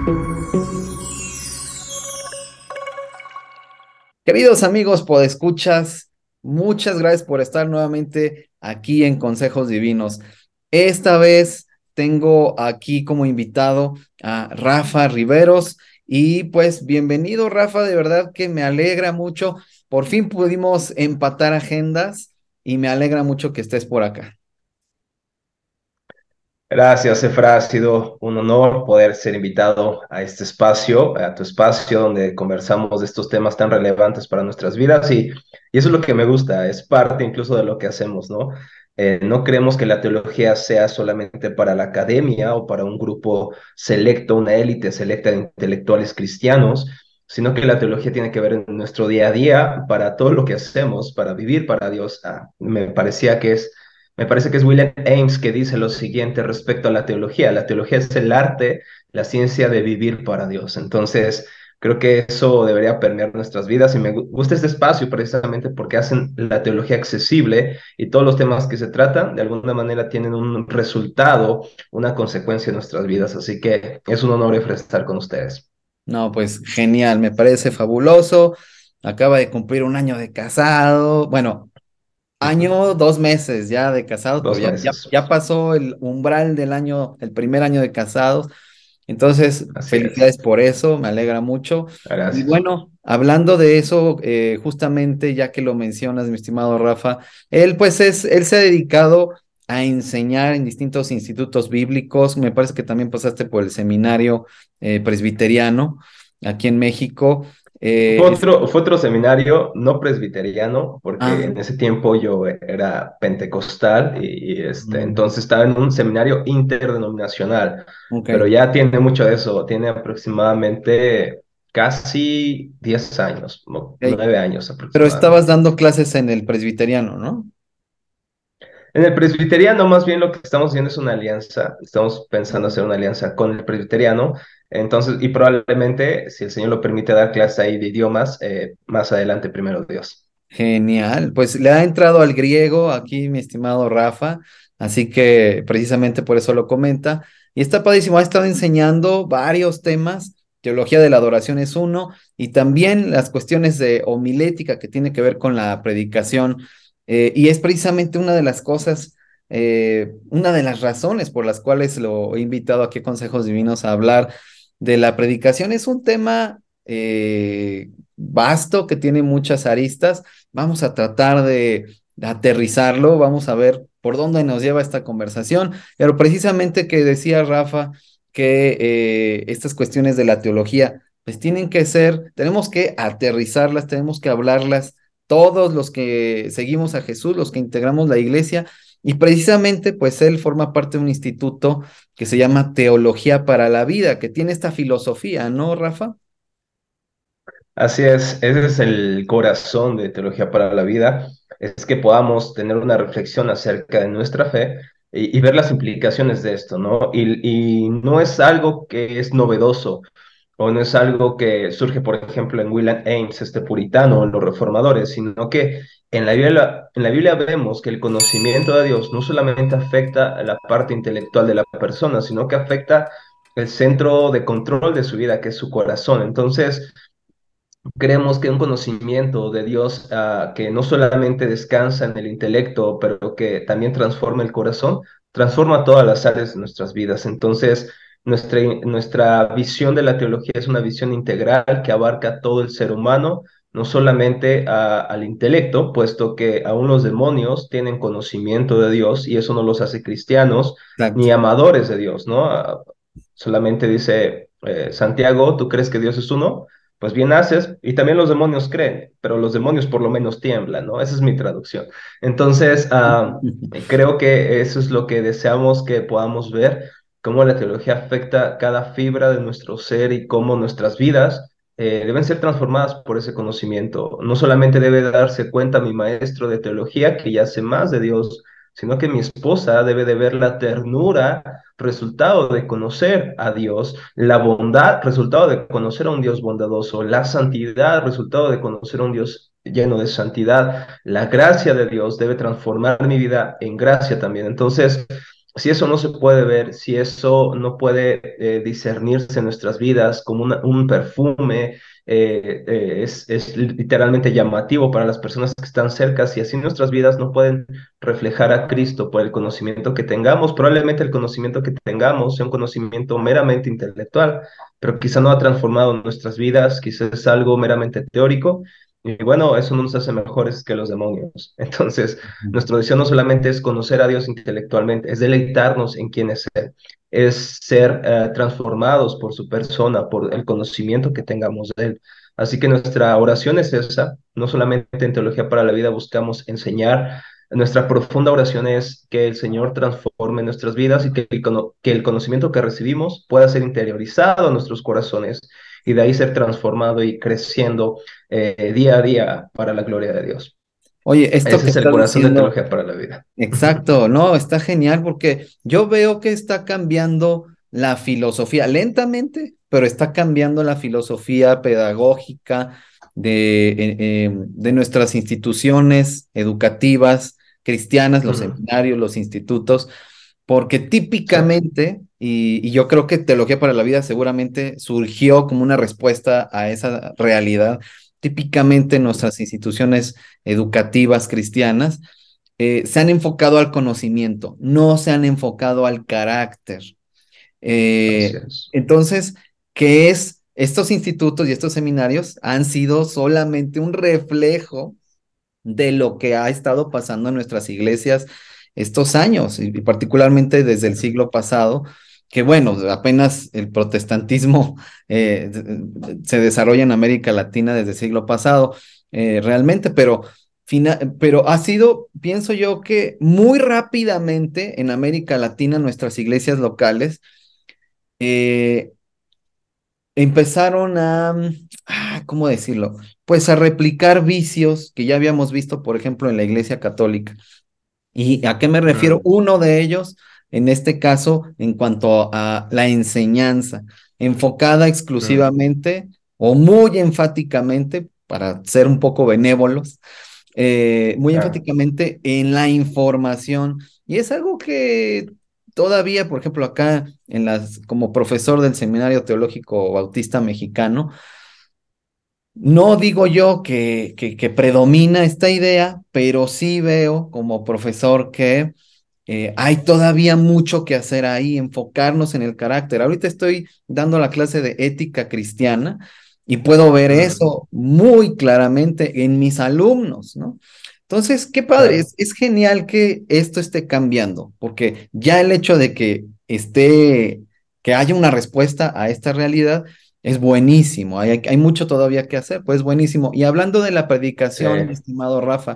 Queridos amigos podescuchas, muchas gracias por estar nuevamente aquí en Consejos Divinos. Esta vez tengo aquí como invitado a Rafa Riveros y pues bienvenido Rafa, de verdad que me alegra mucho. Por fin pudimos empatar agendas y me alegra mucho que estés por acá. Gracias, Efra. Ha sido un honor poder ser invitado a este espacio, a tu espacio donde conversamos de estos temas tan relevantes para nuestras vidas y eso es lo que me gusta, es parte incluso de lo que hacemos, ¿no? No creemos que la teología sea solamente para la academia o para un grupo selecto, una élite selecta de intelectuales cristianos, sino que la teología tiene que ver en nuestro día a día para todo lo que hacemos, para vivir para Dios. Me parece que es William Ames que dice lo siguiente respecto a la teología. La teología es el arte, la ciencia de vivir para Dios. Entonces, creo que eso debería permear nuestras vidas y me gusta este espacio precisamente porque hacen la teología accesible y todos los temas que se tratan de alguna manera tienen un resultado, una consecuencia en nuestras vidas. Así que es un honor estar con ustedes. No, pues genial, me parece fabuloso. Acaba de cumplir un año de casado. Bueno, Ujú. año, 2 meses ya de casados, pero Dos meses. ya pasó el umbral del año, el primer año de casados. Entonces, Así es. felicidades por eso, me alegra mucho. Y Gracias. bueno, hablando de eso, justamente ya que lo mencionas, mi estimado Rafa, él se ha dedicado a enseñar en distintos institutos bíblicos. Me parece que también pasaste por el seminario presbiteriano aquí en México. Fue Eh, es- fue otro seminario no presbiteriano, porque ah, en ese tiempo yo era pentecostal mm, entonces estaba en un seminario interdenominacional, ok. pero ya tiene mucho de eso, tiene aproximadamente casi 10 años, Ok. 9 años Pero estabas aproximadamente. dando clases en el presbiteriano, ¿no? En el presbiteriano, más bien lo que estamos haciendo es una alianza. Estamos pensando hacer una alianza con el presbiteriano. Entonces, y probablemente, si el Señor lo permite, dar clase ahí de idiomas más adelante, primero Dios. Genial. Pues le ha entrado al griego aquí, mi estimado Rafa, así que precisamente por eso lo comenta. Y está padrísimo, ha estado enseñando varios temas. Teología de la adoración es uno, y también las cuestiones de homilética que tiene que ver con la predicación. Y es precisamente una de las cosas, una de las razones por las cuales lo he invitado aquí a Consejos Divinos a hablar de la predicación. Es un tema vasto que tiene muchas aristas. Vamos a tratar de aterrizarlo, vamos a ver por dónde nos lleva esta conversación, pero precisamente que decía Rafa que estas cuestiones de la teología, pues tienen que ser, tenemos que aterrizarlas, tenemos que hablarlas todos los que seguimos a Jesús, los que integramos la iglesia, y precisamente pues él forma parte de un instituto que se llama Teología para la Vida, que tiene esta filosofía, ¿no, Rafa? Así es, ese es el corazón de Teología para la Vida, es que podamos tener una reflexión acerca de nuestra fe y ver las implicaciones de esto, ¿no? Y no es algo que es novedoso o no es algo que surge, por ejemplo, en William Ames, este puritano, en los reformadores, sino que en la Biblia vemos que el conocimiento de Dios no solamente afecta a la parte intelectual de la persona, sino que afecta el centro de control de su vida, que es su corazón. Entonces, creemos que un conocimiento de Dios que no solamente descansa en el intelecto, pero que también transforma el corazón, transforma todas las áreas de nuestras vidas. Entonces, nuestra visión de la teología es una visión integral que abarca todo el ser humano, no solamente al intelecto, puesto que aún los demonios tienen conocimiento de Dios y eso no los hace cristianos Exacto. ni amadores de Dios, ¿no? Solamente dice Santiago, ¿tú crees que Dios es uno? Pues bien haces, y también los demonios creen, pero los demonios por lo menos tiemblan, ¿no? Esa es mi traducción. Entonces, creo que eso es lo que deseamos que podamos ver, cómo la teología afecta cada fibra de nuestro ser y cómo nuestras vidas deben ser transformadas por ese conocimiento. No solamente debe darse cuenta mi maestro de teología, que ya sé más de Dios, sino que mi esposa debe de ver la ternura, resultado de conocer a Dios, la bondad, resultado de conocer a un Dios bondadoso, la santidad, resultado de conocer a un Dios lleno de santidad, la gracia de Dios debe transformar mi vida en gracia también. Entonces, si eso no se puede ver, si eso no puede discernirse en nuestras vidas como un perfume, es literalmente llamativo para las personas que están cerca, si así nuestras vidas no pueden reflejar a Cristo por el conocimiento que tengamos, probablemente el conocimiento que tengamos sea un conocimiento meramente intelectual, pero quizá no ha transformado nuestras vidas, quizás es algo meramente teórico. Y bueno, eso no nos hace mejores que los demonios. Entonces, nuestro deseo no solamente es conocer a Dios intelectualmente, es deleitarnos en quién es Él, es ser transformados por su persona, por el conocimiento que tengamos de Él. Así que nuestra oración es esa, no solamente en Teología para la Vida buscamos enseñar, nuestra profunda oración es que el Señor transforme nuestras vidas y que que el conocimiento que recibimos pueda ser interiorizado en nuestros corazones y de ahí ser transformado y creciendo día a día para la gloria de Dios. Oye, esto Ese que es el estás corazón de diciendo, Teología para la Vida. exacto, no, está genial porque yo veo que está cambiando la filosofía, lentamente, pero está cambiando la filosofía pedagógica de nuestras instituciones educativas cristianas, los Ujú. seminarios, los institutos, porque Sí, típicamente, y yo creo que Teología para la Vida seguramente surgió como una respuesta a esa realidad, típicamente nuestras instituciones educativas cristianas se han enfocado al conocimiento, no se han enfocado al carácter. así Eh, es. entonces, ¿qué es? Estos institutos y estos seminarios han sido solamente un reflejo de lo que ha estado pasando en nuestras iglesias estos años, y particularmente desde el siglo pasado, que bueno, apenas el protestantismo se desarrolla en América Latina desde el siglo pasado, realmente, pero ha sido, pienso yo, que muy rápidamente en América Latina nuestras iglesias locales eh, empezaron ¿cómo decirlo? Pues a replicar vicios que ya habíamos visto, por ejemplo, en la Iglesia Católica. ¿Y a qué me refiero? Mm, Uno de ellos, en este caso, en cuanto a la enseñanza, enfocada mm, exclusivamente o muy enfáticamente, para ser un poco benévolos, muy claro. enfáticamente en la información. Y es algo que todavía, por ejemplo, acá como profesor del Seminario Teológico Bautista Mexicano, no digo yo que predomina esta idea, pero sí veo como profesor que hay todavía mucho que hacer ahí, enfocarnos en el carácter. Ahorita estoy dando la clase de ética cristiana y puedo ver Mm, eso muy claramente en mis alumnos, ¿no? Entonces, qué padre, claro. es genial que esto esté cambiando, porque ya el hecho de que que haya una respuesta a esta realidad es buenísimo. Hay mucho todavía que hacer, pues buenísimo. Y hablando de la predicación, mi Sí. estimado Rafa,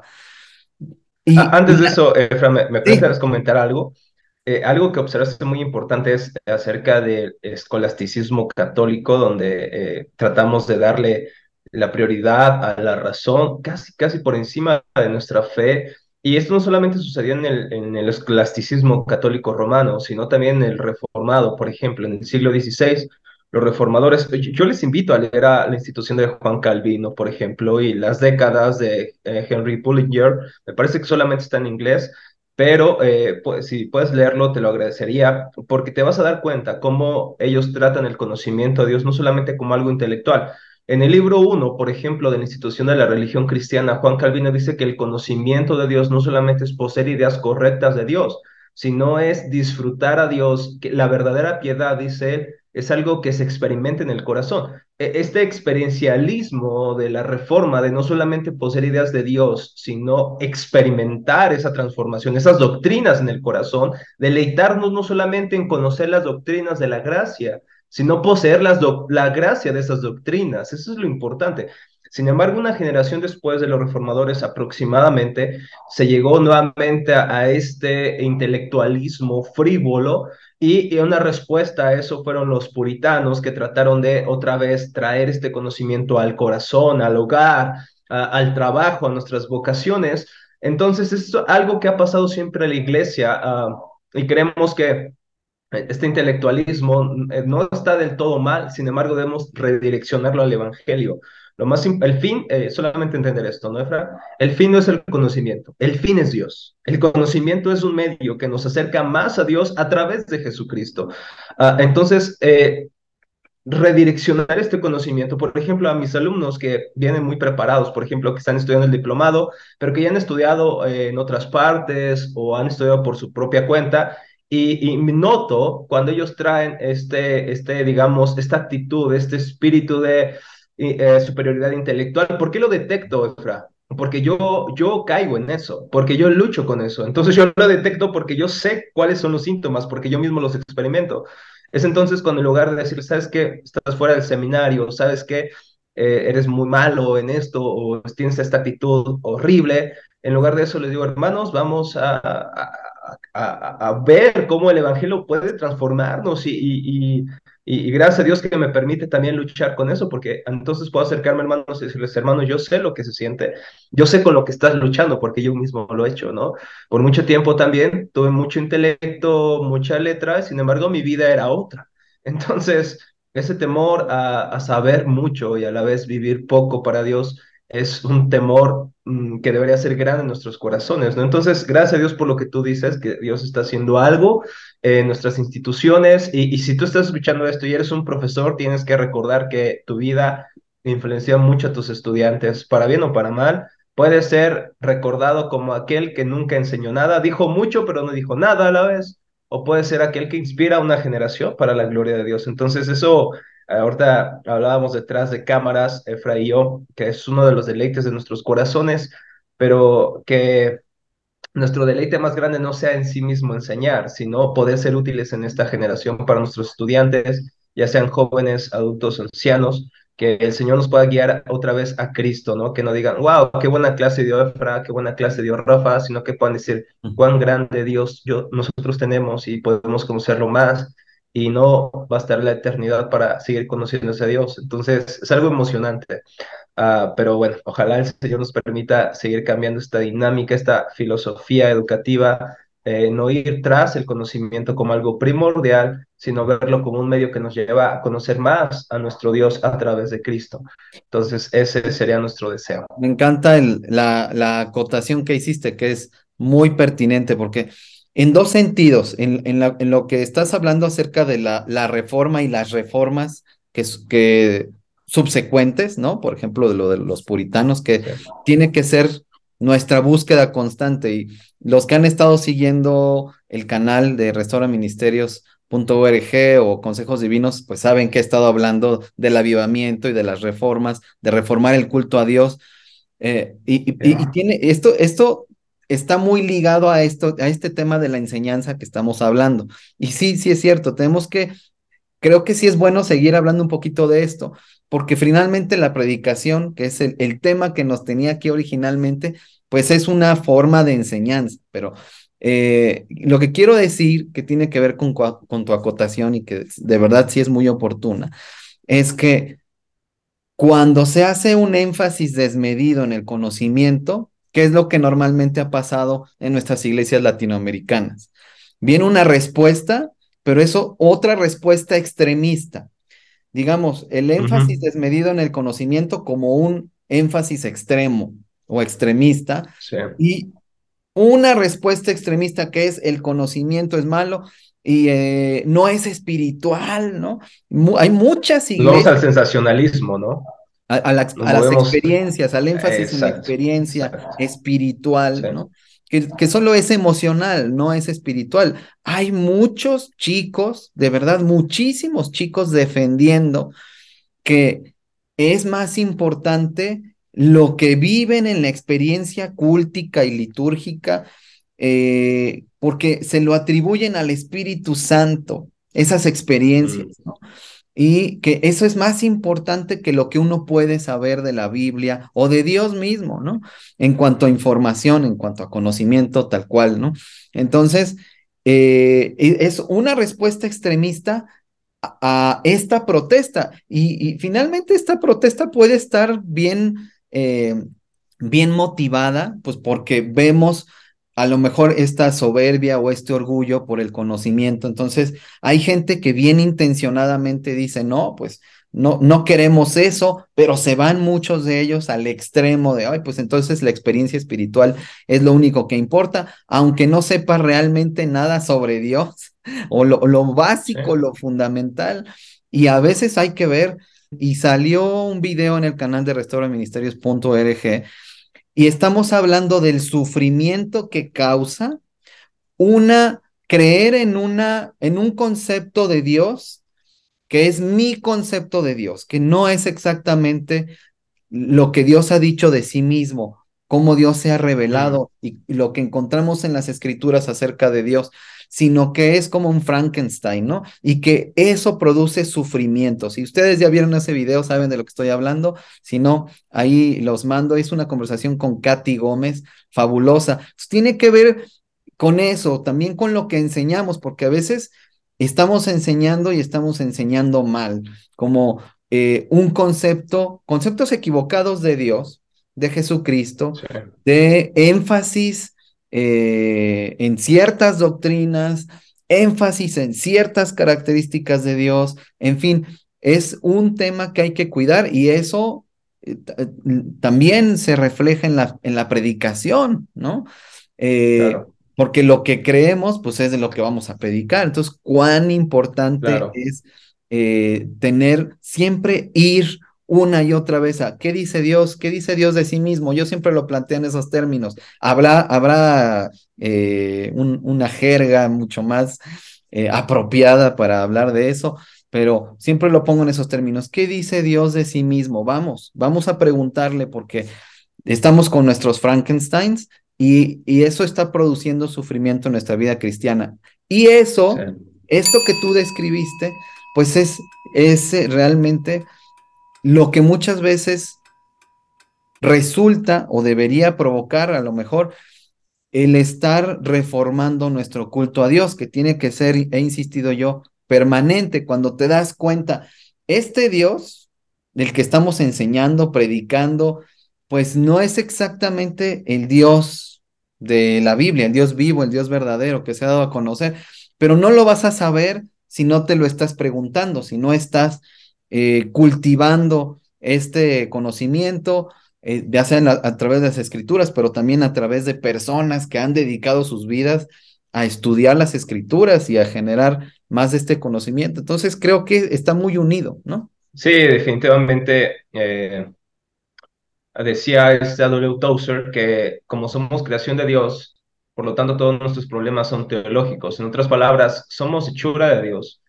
y Antes de eso, Fran, ¿me sí, permites comentar algo? Algo que observaste muy importante es acerca del escolasticismo católico, donde tratamos de darle la prioridad a la razón, casi, casi por encima de nuestra fe. Y esto no solamente sucedió en el escolasticismo católico romano, sino también en el reformado, por ejemplo, en el siglo XVI. Los reformadores, yo les invito a leer a la institución de Juan Calvino, por ejemplo, y las décadas de Henry Bullinger, me parece que solamente está en inglés, pero pues, si puedes leerlo, te lo agradecería, porque te vas a dar cuenta cómo ellos tratan el conocimiento de Dios no solamente como algo intelectual. En el libro uno, por ejemplo, de la institución de la religión cristiana, Juan Calvino dice que el conocimiento de Dios no solamente es poseer ideas correctas de Dios, sino es disfrutar a Dios, que la verdadera piedad, dice él, es algo que se experimenta en el corazón. Este experiencialismo de la reforma, de no solamente poseer ideas de Dios, sino experimentar esa transformación, esas doctrinas en el corazón, deleitarnos no solamente en conocer las doctrinas de la gracia, sino poseer la gracia de esas doctrinas. Eso es lo importante. Sin embargo, una generación después de los reformadores aproximadamente, se llegó nuevamente a este intelectualismo frívolo y una respuesta a eso fueron los puritanos que trataron de otra vez traer este conocimiento al corazón, al hogar, al trabajo, a nuestras vocaciones. Entonces, es algo que ha pasado siempre en la iglesia y creemos que este intelectualismo no está del todo mal, sin embargo, debemos redireccionarlo al evangelio. El fin, solamente entender esto, ¿no, Efra? El fin no es el conocimiento, el fin es Dios. El conocimiento es un medio que nos acerca más a Dios a través de Jesucristo. Entonces, redireccionar este conocimiento, por ejemplo, a mis alumnos que vienen muy preparados, por ejemplo, que están estudiando el diplomado, pero que ya han estudiado en otras partes o han estudiado por su propia cuenta, y noto cuando ellos traen digamos, esta actitud, este espíritu de superioridad intelectual. ¿Por qué lo detecto, Efra? Porque yo caigo en eso, porque yo lucho con eso. Entonces yo lo detecto porque yo sé cuáles son los síntomas, porque yo mismo los experimento. Es entonces cuando en lugar de decir, ¿sabes qué? Estás fuera del seminario, ¿sabes qué? Eres muy malo en esto o tienes esta actitud horrible. En lugar de eso les digo, hermanos, vamos a ver cómo el Evangelio puede transformarnos y gracias a Dios que me permite también luchar con eso, porque entonces puedo acercarme, hermanos, y decirles, hermanos, yo sé lo que se siente, yo sé con lo que estás luchando, porque yo mismo lo he hecho, ¿no? Por mucho tiempo también tuve mucho intelecto, mucha letra, sin embargo mi vida era otra. Entonces, ese temor a saber mucho y a la vez vivir poco para Dios es un temor que debería ser grande en nuestros corazones, ¿no? Entonces, gracias a Dios por lo que tú dices, que Dios está haciendo algo en nuestras instituciones y si tú estás escuchando esto y eres un profesor, tienes que recordar que tu vida influencia mucho a tus estudiantes, para bien o para mal. Puede ser recordado como aquel que nunca enseñó nada, dijo mucho pero no dijo nada a la vez, o puede ser aquel que inspira a una generación para la gloria de Dios. Entonces eso, ahorita hablábamos detrás de cámaras, Efra y yo, que es uno de los deleites de nuestros corazones, pero que nuestro deleite más grande no sea en sí mismo enseñar, sino poder ser útiles en esta generación para nuestros estudiantes, ya sean jóvenes, adultos, ancianos, que el Señor nos pueda guiar otra vez a Cristo, ¿no? Que no digan, wow, qué buena clase dio Efra, qué buena clase dio Rafa, sino que puedan decir, cuán grande Dios nosotros tenemos y podemos conocerlo más y no bastar la eternidad para seguir conociéndose a Dios. Entonces, es algo emocionante. Pero bueno, ojalá el Señor nos permita seguir cambiando esta dinámica, esta filosofía educativa, no ir tras el conocimiento como algo primordial, sino verlo como un medio que nos lleva a conocer más a nuestro Dios a través de Cristo. Entonces, ese sería nuestro deseo. Me encanta la acotación que hiciste, que es muy pertinente, porque en dos sentidos, en lo que estás hablando acerca de la reforma y las reformas que subsecuentes, ¿no? Por ejemplo, de lo de los puritanos, que Sí. tiene que ser nuestra búsqueda constante. Y los que han estado siguiendo el canal de restauraministerios.org o Consejos Divinos, pues saben que he estado hablando del avivamiento y de las reformas, de reformar el culto a Dios. Y Ya. tiene esto está muy ligado a este tema de la enseñanza que estamos hablando. Y sí, sí es cierto, creo que sí es bueno seguir hablando un poquito de esto, porque finalmente la predicación, que es el tema que nos tenía aquí originalmente, pues es una forma de enseñanza, pero lo que quiero decir, que tiene que ver con tu acotación y que de verdad sí es muy oportuna, es que cuando se hace un énfasis desmedido en el conocimiento, ¿qué es lo que normalmente ha pasado en nuestras iglesias latinoamericanas? Viene una respuesta, pero eso otra respuesta extremista. Digamos, el énfasis Ujú. desmedido en el conocimiento como un énfasis extremo o extremista Sí. y una respuesta extremista que es el conocimiento es malo y no es espiritual, ¿no? Hay muchas Nos vamos al iglesias sensacionalismo, ¿no? Nos a las movemos. experiencias, al énfasis en la Exacto, experiencia exacto. espiritual, Sí. ¿no? Que solo es emocional, no es espiritual. Hay muchos chicos, de verdad, muchísimos chicos defendiendo que es más importante lo que viven en la experiencia cúltica y litúrgica, porque se lo atribuyen al Espíritu Santo, esas Mm. experiencias, ¿no? Y que eso es más importante que lo que uno puede saber de la Biblia o de Dios mismo, ¿no? En cuanto a información, en cuanto a conocimiento, tal cual, ¿no? Entonces, es una respuesta extremista a esta protesta y finalmente esta protesta puede estar bien motivada, pues porque vemos a lo mejor esta soberbia o este orgullo por el conocimiento. Entonces, hay gente que bien intencionadamente dice, no, pues no queremos eso, pero se van muchos de ellos al extremo de, ay, pues entonces la experiencia espiritual es lo único que importa, aunque no sepa realmente nada sobre Dios o lo Sí, básico, lo fundamental. Y a veces hay que ver, y salió un video en el canal de restauraministerios.org y estamos hablando del sufrimiento que causa una creer en un concepto de Dios que es mi concepto de Dios, que no es exactamente lo que Dios ha dicho de sí mismo, cómo Dios se ha mm, revelado y lo que encontramos en las escrituras acerca de Dios, sino que es como un Frankenstein, ¿no? Y que eso produce sufrimiento. Si ustedes ya vieron ese video, saben de lo que estoy hablando. Si no, ahí los mando. Es una conversación con Katy Gómez, fabulosa. Pues tiene que ver con eso, también con lo que enseñamos, porque a veces estamos enseñando y estamos enseñando mal, como un concepto, conceptos equivocados de Dios, de Jesucristo, sí, de énfasis en ciertas doctrinas, énfasis en ciertas características de Dios, en fin, es un tema que hay que cuidar y eso también se refleja en la predicación, ¿no? Eh, claro, porque lo que creemos, pues es de lo que vamos a predicar. Entonces, cuán importante claro. es tener, siempre ir una y otra vez a qué dice Dios, qué dice Dios de sí mismo. Yo siempre lo planteo en esos términos. Habrá una jerga mucho más apropiada para hablar de eso, pero siempre lo pongo en esos términos. ¿Qué dice Dios de sí mismo? Vamos a preguntarle porque estamos con nuestros Frankensteins y eso está produciendo sufrimiento en nuestra vida cristiana. Y Sí. eso, esto que tú describiste, pues es realmente lo que muchas veces resulta o debería provocar a lo mejor el estar reformando nuestro culto a Dios, que tiene que ser, he insistido yo, permanente. Cuando te das cuenta, este Dios del que estamos enseñando, predicando, pues no es exactamente el Dios de la Biblia, el Dios vivo, el Dios verdadero que se ha dado a conocer, pero no lo vas a saber si no te lo estás preguntando, si no estás cultivando este conocimiento ya sea a través de las escrituras, pero también a través de personas que han dedicado sus vidas a estudiar las escrituras y a generar más de este conocimiento. Entonces creo que está muy unido, ¿no? Sí, definitivamente. Decía este A.W. Tozer que como somos creación de Dios, por lo tanto todos nuestros problemas son teológicos. En otras palabras, somos hechura de Dios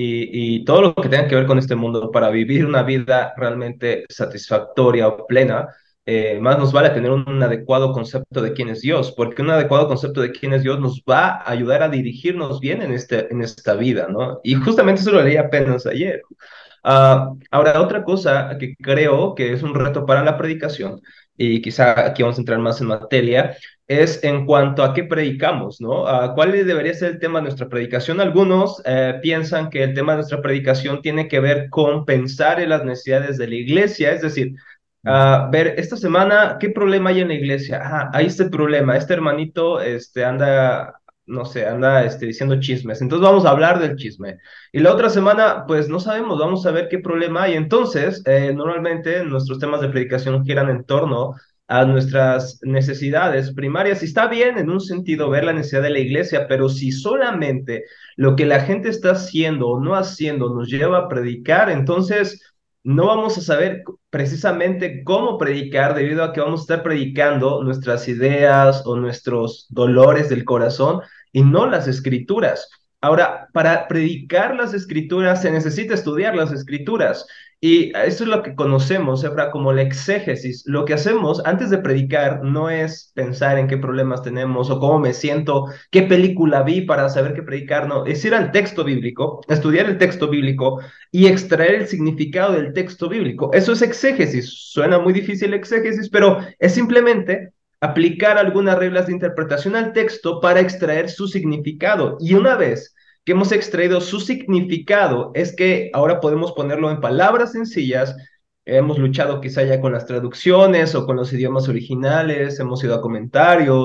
y todo lo que tenga que ver con este mundo para vivir una vida realmente satisfactoria o plena, más nos vale tener un adecuado concepto de quién es Dios, porque un adecuado concepto de quién es Dios nos va a ayudar a dirigirnos bien en esta vida, ¿no? Y justamente eso lo leí apenas ayer. Ahora, otra cosa que creo que es un reto para la predicación, y quizá aquí vamos a entrar más en materia, es en cuanto a qué predicamos, ¿no? ¿Cuál debería ser el tema de nuestra predicación? Algunos piensan que el tema de nuestra predicación tiene que ver con pensar en las necesidades de la iglesia, es decir, ver esta semana qué problema hay en la iglesia. Hay este problema, este hermanito anda, no sé, anda diciendo chismes, entonces vamos a hablar del chisme. Y la otra semana, pues no sabemos, vamos a ver qué problema hay. Entonces, normalmente nuestros temas de predicación giran en torno a nuestras necesidades primarias. Y está bien en un sentido ver la necesidad de la iglesia, pero si solamente lo que la gente está haciendo o no haciendo nos lleva a predicar, entonces no vamos a saber precisamente cómo predicar debido a que vamos a estar predicando nuestras ideas o nuestros dolores del corazón y no las escrituras. Ahora, para predicar las escrituras se necesita estudiar las escrituras. Y eso es lo que conocemos, Efra, como la exégesis. Lo que hacemos antes de predicar no es pensar en qué problemas tenemos o cómo me siento, qué película vi para saber qué predicar, no. Es ir al texto bíblico, estudiar el texto bíblico y extraer el significado del texto bíblico. Eso es exégesis. Suena muy difícil exégesis, pero es simplemente aplicar algunas reglas de interpretación al texto para extraer su significado. Y una vez que hemos extraído su significado, es que ahora podemos ponerlo en palabras sencillas. Hemos luchado quizá ya con las traducciones o con los idiomas originales, hemos ido a comentarios,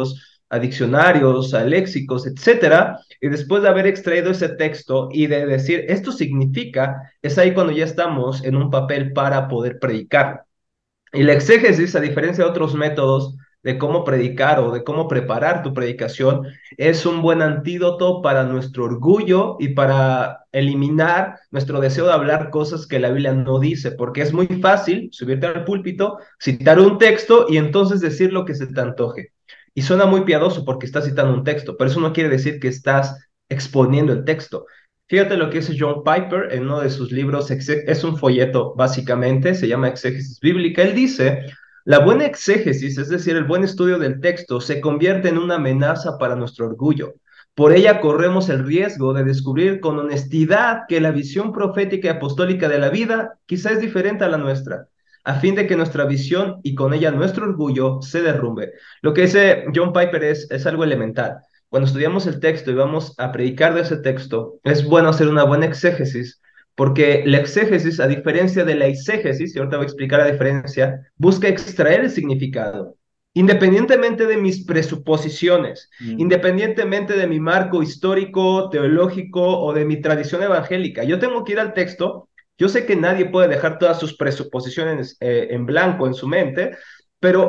a diccionarios, a léxicos, etcétera, y después de haber extraído ese texto y de decir, esto significa, es ahí cuando ya estamos en un papel para poder predicar. Y la exégesis, a diferencia de otros métodos de cómo predicar o de cómo preparar tu predicación, es un buen antídoto para nuestro orgullo y para eliminar nuestro deseo de hablar cosas que la Biblia no dice, porque es muy fácil subirte al púlpito, citar un texto y entonces decir lo que se te antoje. Y suena muy piadoso porque estás citando un texto, pero eso no quiere decir que estás exponiendo el texto. Fíjate lo que dice John Piper en uno de sus libros, es un folleto básicamente, se llama Exégesis Bíblica. Él dice, la buena exégesis, es decir, el buen estudio del texto, se convierte en una amenaza para nuestro orgullo. Por ella corremos el riesgo de descubrir con honestidad que la visión profética y apostólica de la vida quizá es diferente a la nuestra, a fin de que nuestra visión y con ella nuestro orgullo se derrumbe. Lo que dice John Piper es algo elemental. Cuando estudiamos el texto y vamos a predicar de ese texto, es bueno hacer una buena exégesis, porque la exégesis, a diferencia de la eisegesis, y ahorita voy a explicar la diferencia, busca extraer el significado, independientemente de mis presuposiciones, Mm. independientemente de mi marco histórico, teológico o de mi tradición evangélica. Yo tengo que ir al texto. Yo sé que nadie puede dejar todas sus presuposiciones en blanco en su mente, pero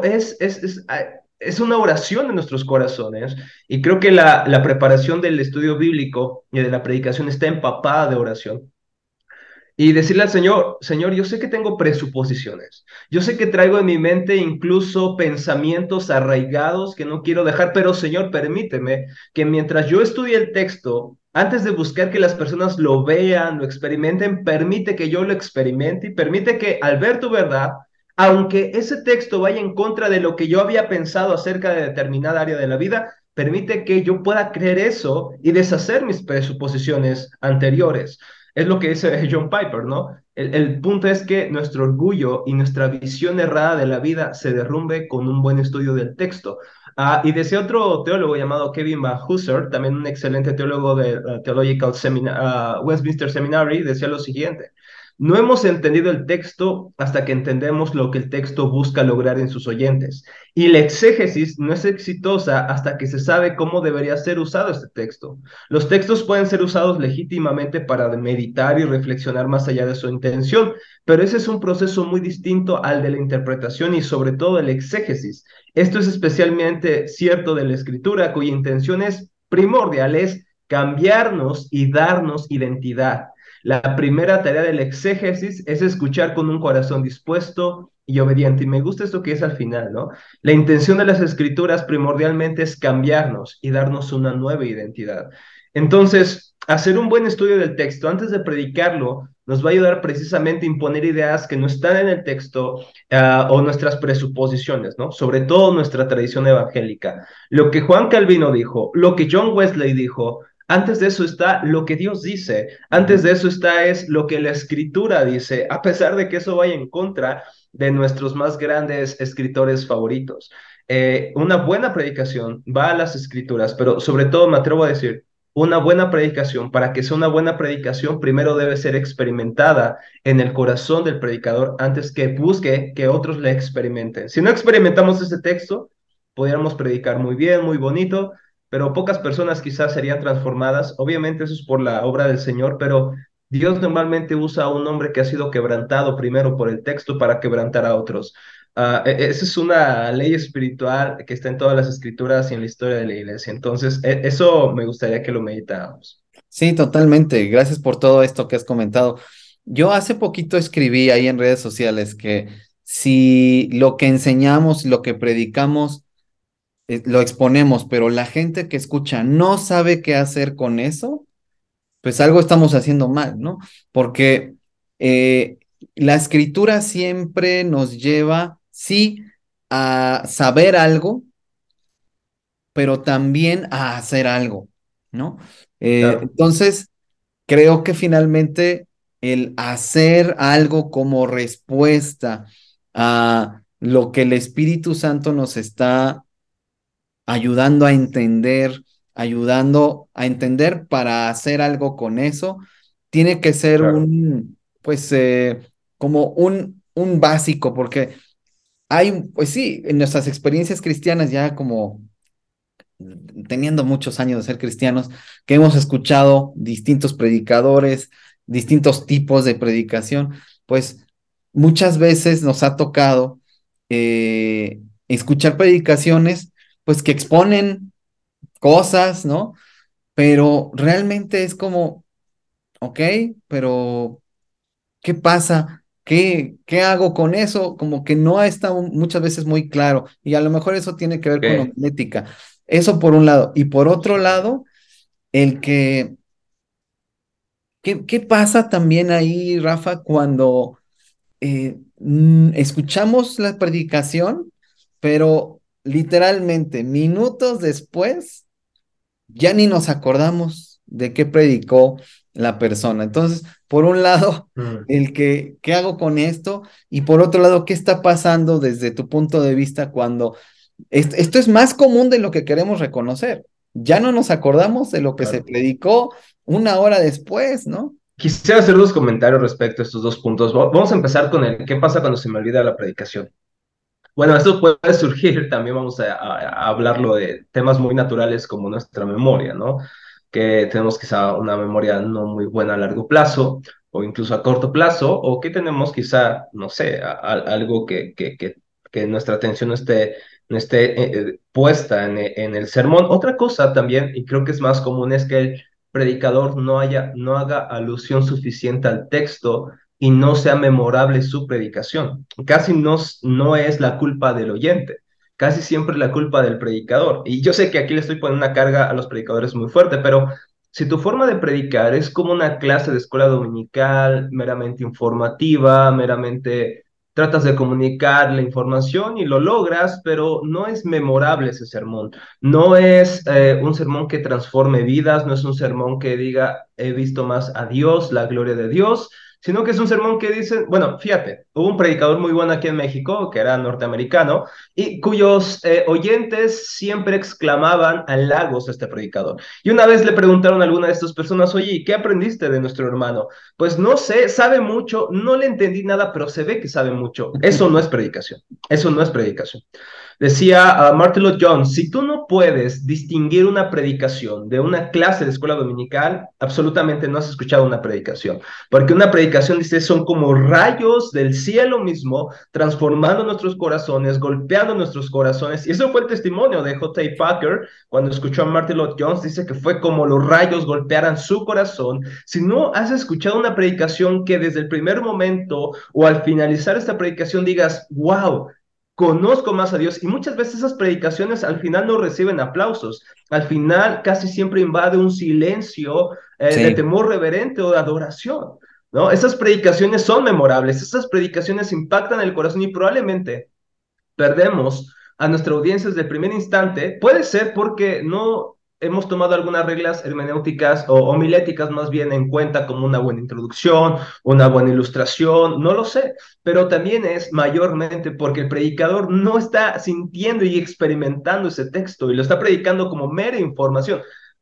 es una oración de nuestros corazones y creo que la preparación del estudio bíblico y de la predicación está empapada de oración. Y decirle al Señor, Señor, yo sé que tengo presuposiciones, yo sé que traigo en mi mente incluso pensamientos arraigados que no quiero dejar, pero Señor, permíteme que mientras yo estudie el texto, antes de buscar que las personas lo vean, lo experimenten, permite que yo lo experimente y permite que al ver tu verdad, aunque ese texto vaya en contra de lo que yo había pensado acerca de determinada área de la vida, permite que yo pueda creer eso y deshacer mis presuposiciones anteriores. Es lo que dice John Piper, ¿no? El punto es que nuestro orgullo y nuestra visión errada de la vida se derrumbe con un buen estudio del texto. Y decía otro teólogo llamado Kevin Van Hooser, también un excelente teólogo de Westminster Seminary, decía lo siguiente: no hemos entendido el texto hasta que entendemos lo que el texto busca lograr en sus oyentes. Y la exégesis no es exitosa hasta que se sabe cómo debería ser usado este texto. Los textos pueden ser usados legítimamente para meditar y reflexionar más allá de su intención, pero ese es un proceso muy distinto al de la interpretación y sobre todo el exégesis. Esto es especialmente cierto de la escritura, cuya intención es primordial, es cambiarnos y darnos identidad. La primera tarea del exégesis es escuchar con un corazón dispuesto y obediente. Y me gusta esto que es al final, ¿no? La intención de las escrituras primordialmente es cambiarnos y darnos una nueva identidad. Entonces, hacer un buen estudio del texto antes de predicarlo nos va a ayudar precisamente a imponer ideas que no están en el texto o nuestras presuposiciones, ¿no? Sobre todo nuestra tradición evangélica. Lo que Juan Calvino dijo, lo que John Wesley dijo, antes de eso está lo que Dios dice, antes Ujú. de eso está es lo que la escritura dice, a pesar de que eso vaya en contra de nuestros más grandes escritores favoritos. Una buena predicación va a las escrituras, pero sobre todo me atrevo a decir, una buena predicación, para que sea una buena predicación, primero debe ser experimentada en el corazón del predicador antes que busque que otros le experimenten. Si no experimentamos ese texto, podríamos predicar muy bien, muy bonito, pero pocas personas quizás serían transformadas. Obviamente eso es por la obra del Señor, pero Dios normalmente usa a un hombre que ha sido quebrantado primero por el texto para quebrantar a otros. Esa es una ley espiritual que está en todas las escrituras y en la historia de la iglesia. Entonces, eso me gustaría que lo meditáramos. Sí, totalmente. Gracias por todo esto que has comentado. Yo hace poquito escribí ahí en redes sociales que si lo que enseñamos, lo que predicamos, lo exponemos, pero la gente que escucha no sabe qué hacer con eso, pues algo estamos haciendo mal, ¿no? Porque eh, la escritura siempre nos lleva, sí, a saber algo, pero también a hacer algo, ¿no? Claro, Entonces, creo que finalmente el hacer algo como respuesta a lo que el Espíritu Santo nos está ayudando a entender para hacer algo con eso, tiene que ser claro, pues, como un básico, porque hay, pues sí, en nuestras experiencias cristianas ya como teniendo muchos años de ser cristianos, que hemos escuchado distintos predicadores, distintos tipos de predicación, pues muchas veces nos ha tocado escuchar predicaciones, pues que exponen cosas, ¿no? Pero realmente es como, ok, pero ¿qué pasa? ¿Qué hago con eso? Como que no ha estado muchas veces muy claro. Y a lo mejor eso tiene que ver con Ok. homilética. Eso por un lado. Y por otro lado, el que, ¿qué pasa también ahí, Rafa, cuando escuchamos la predicación, pero literalmente minutos después ya ni nos acordamos de qué predicó la persona? Entonces, por un lado, Mm, ¿qué hago con esto? Y por otro lado, ¿qué está pasando desde tu punto de vista cuando esto es más común de lo que queremos reconocer? Ya no nos acordamos de lo que se claro. predicó una hora después, ¿no? Quisiera hacer dos comentarios respecto a estos dos puntos. Vamos a empezar con el qué pasa cuando se me olvida la predicación. Bueno, esto puede surgir, también vamos a hablarlo de temas muy naturales como nuestra memoria, ¿no? Que tenemos quizá una memoria no muy buena a largo plazo o incluso a corto plazo, o que tenemos quizá, no sé, algo que nuestra atención no esté puesta en el sermón. Otra cosa también, y creo que es más común, es que el predicador no haga alusión suficiente al texto y no sea memorable su predicación. Casi no es la culpa del oyente, casi siempre es la culpa del predicador. Y yo sé que aquí le estoy poniendo una carga a los predicadores muy fuerte, pero si tu forma de predicar es como una clase de escuela dominical, meramente informativa, meramente tratas de comunicar la información y lo logras, pero no es memorable ese sermón. No es un sermón que transforme vidas, no es un sermón que diga, he visto más a Dios, la gloria de Dios, sino que es un sermón que dice, bueno, fíjate, hubo un predicador muy bueno aquí en México, que era norteamericano, y cuyos oyentes siempre exclamaban halagos a este predicador. Y una vez le preguntaron a alguna de estas personas, oye, ¿qué aprendiste de nuestro hermano? Pues no sé, sabe mucho, no le entendí nada, pero se ve que sabe mucho. Eso no es predicación, eso no es predicación. Decía Martin Lloyd Jones, si tú no puedes distinguir una predicación de una clase de escuela dominical, absolutamente no has escuchado una predicación, porque una predicación, dice, son como rayos del cielo mismo, transformando nuestros corazones, golpeando nuestros corazones, y eso fue el testimonio de J. Packer, cuando escuchó a Martin Lloyd Jones, dice que fue como los rayos golpearan su corazón. Si no has escuchado una predicación que desde el primer momento o al finalizar esta predicación digas, wow, conozco más a Dios, y muchas veces esas predicaciones al final no reciben aplausos, al final casi siempre invade un silencio de Sí, temor reverente o de adoración, ¿no? Esas predicaciones son memorables, esas predicaciones impactan el corazón y probablemente perdemos a nuestra audiencia desde el primer instante, puede ser porque no hemos tomado algunas reglas hermenéuticas o homiléticas más bien en cuenta como una buena introducción, una buena ilustración, no lo sé, pero también es mayormente porque el predicador no está sintiendo y experimentando ese texto y lo está predicando como mera información.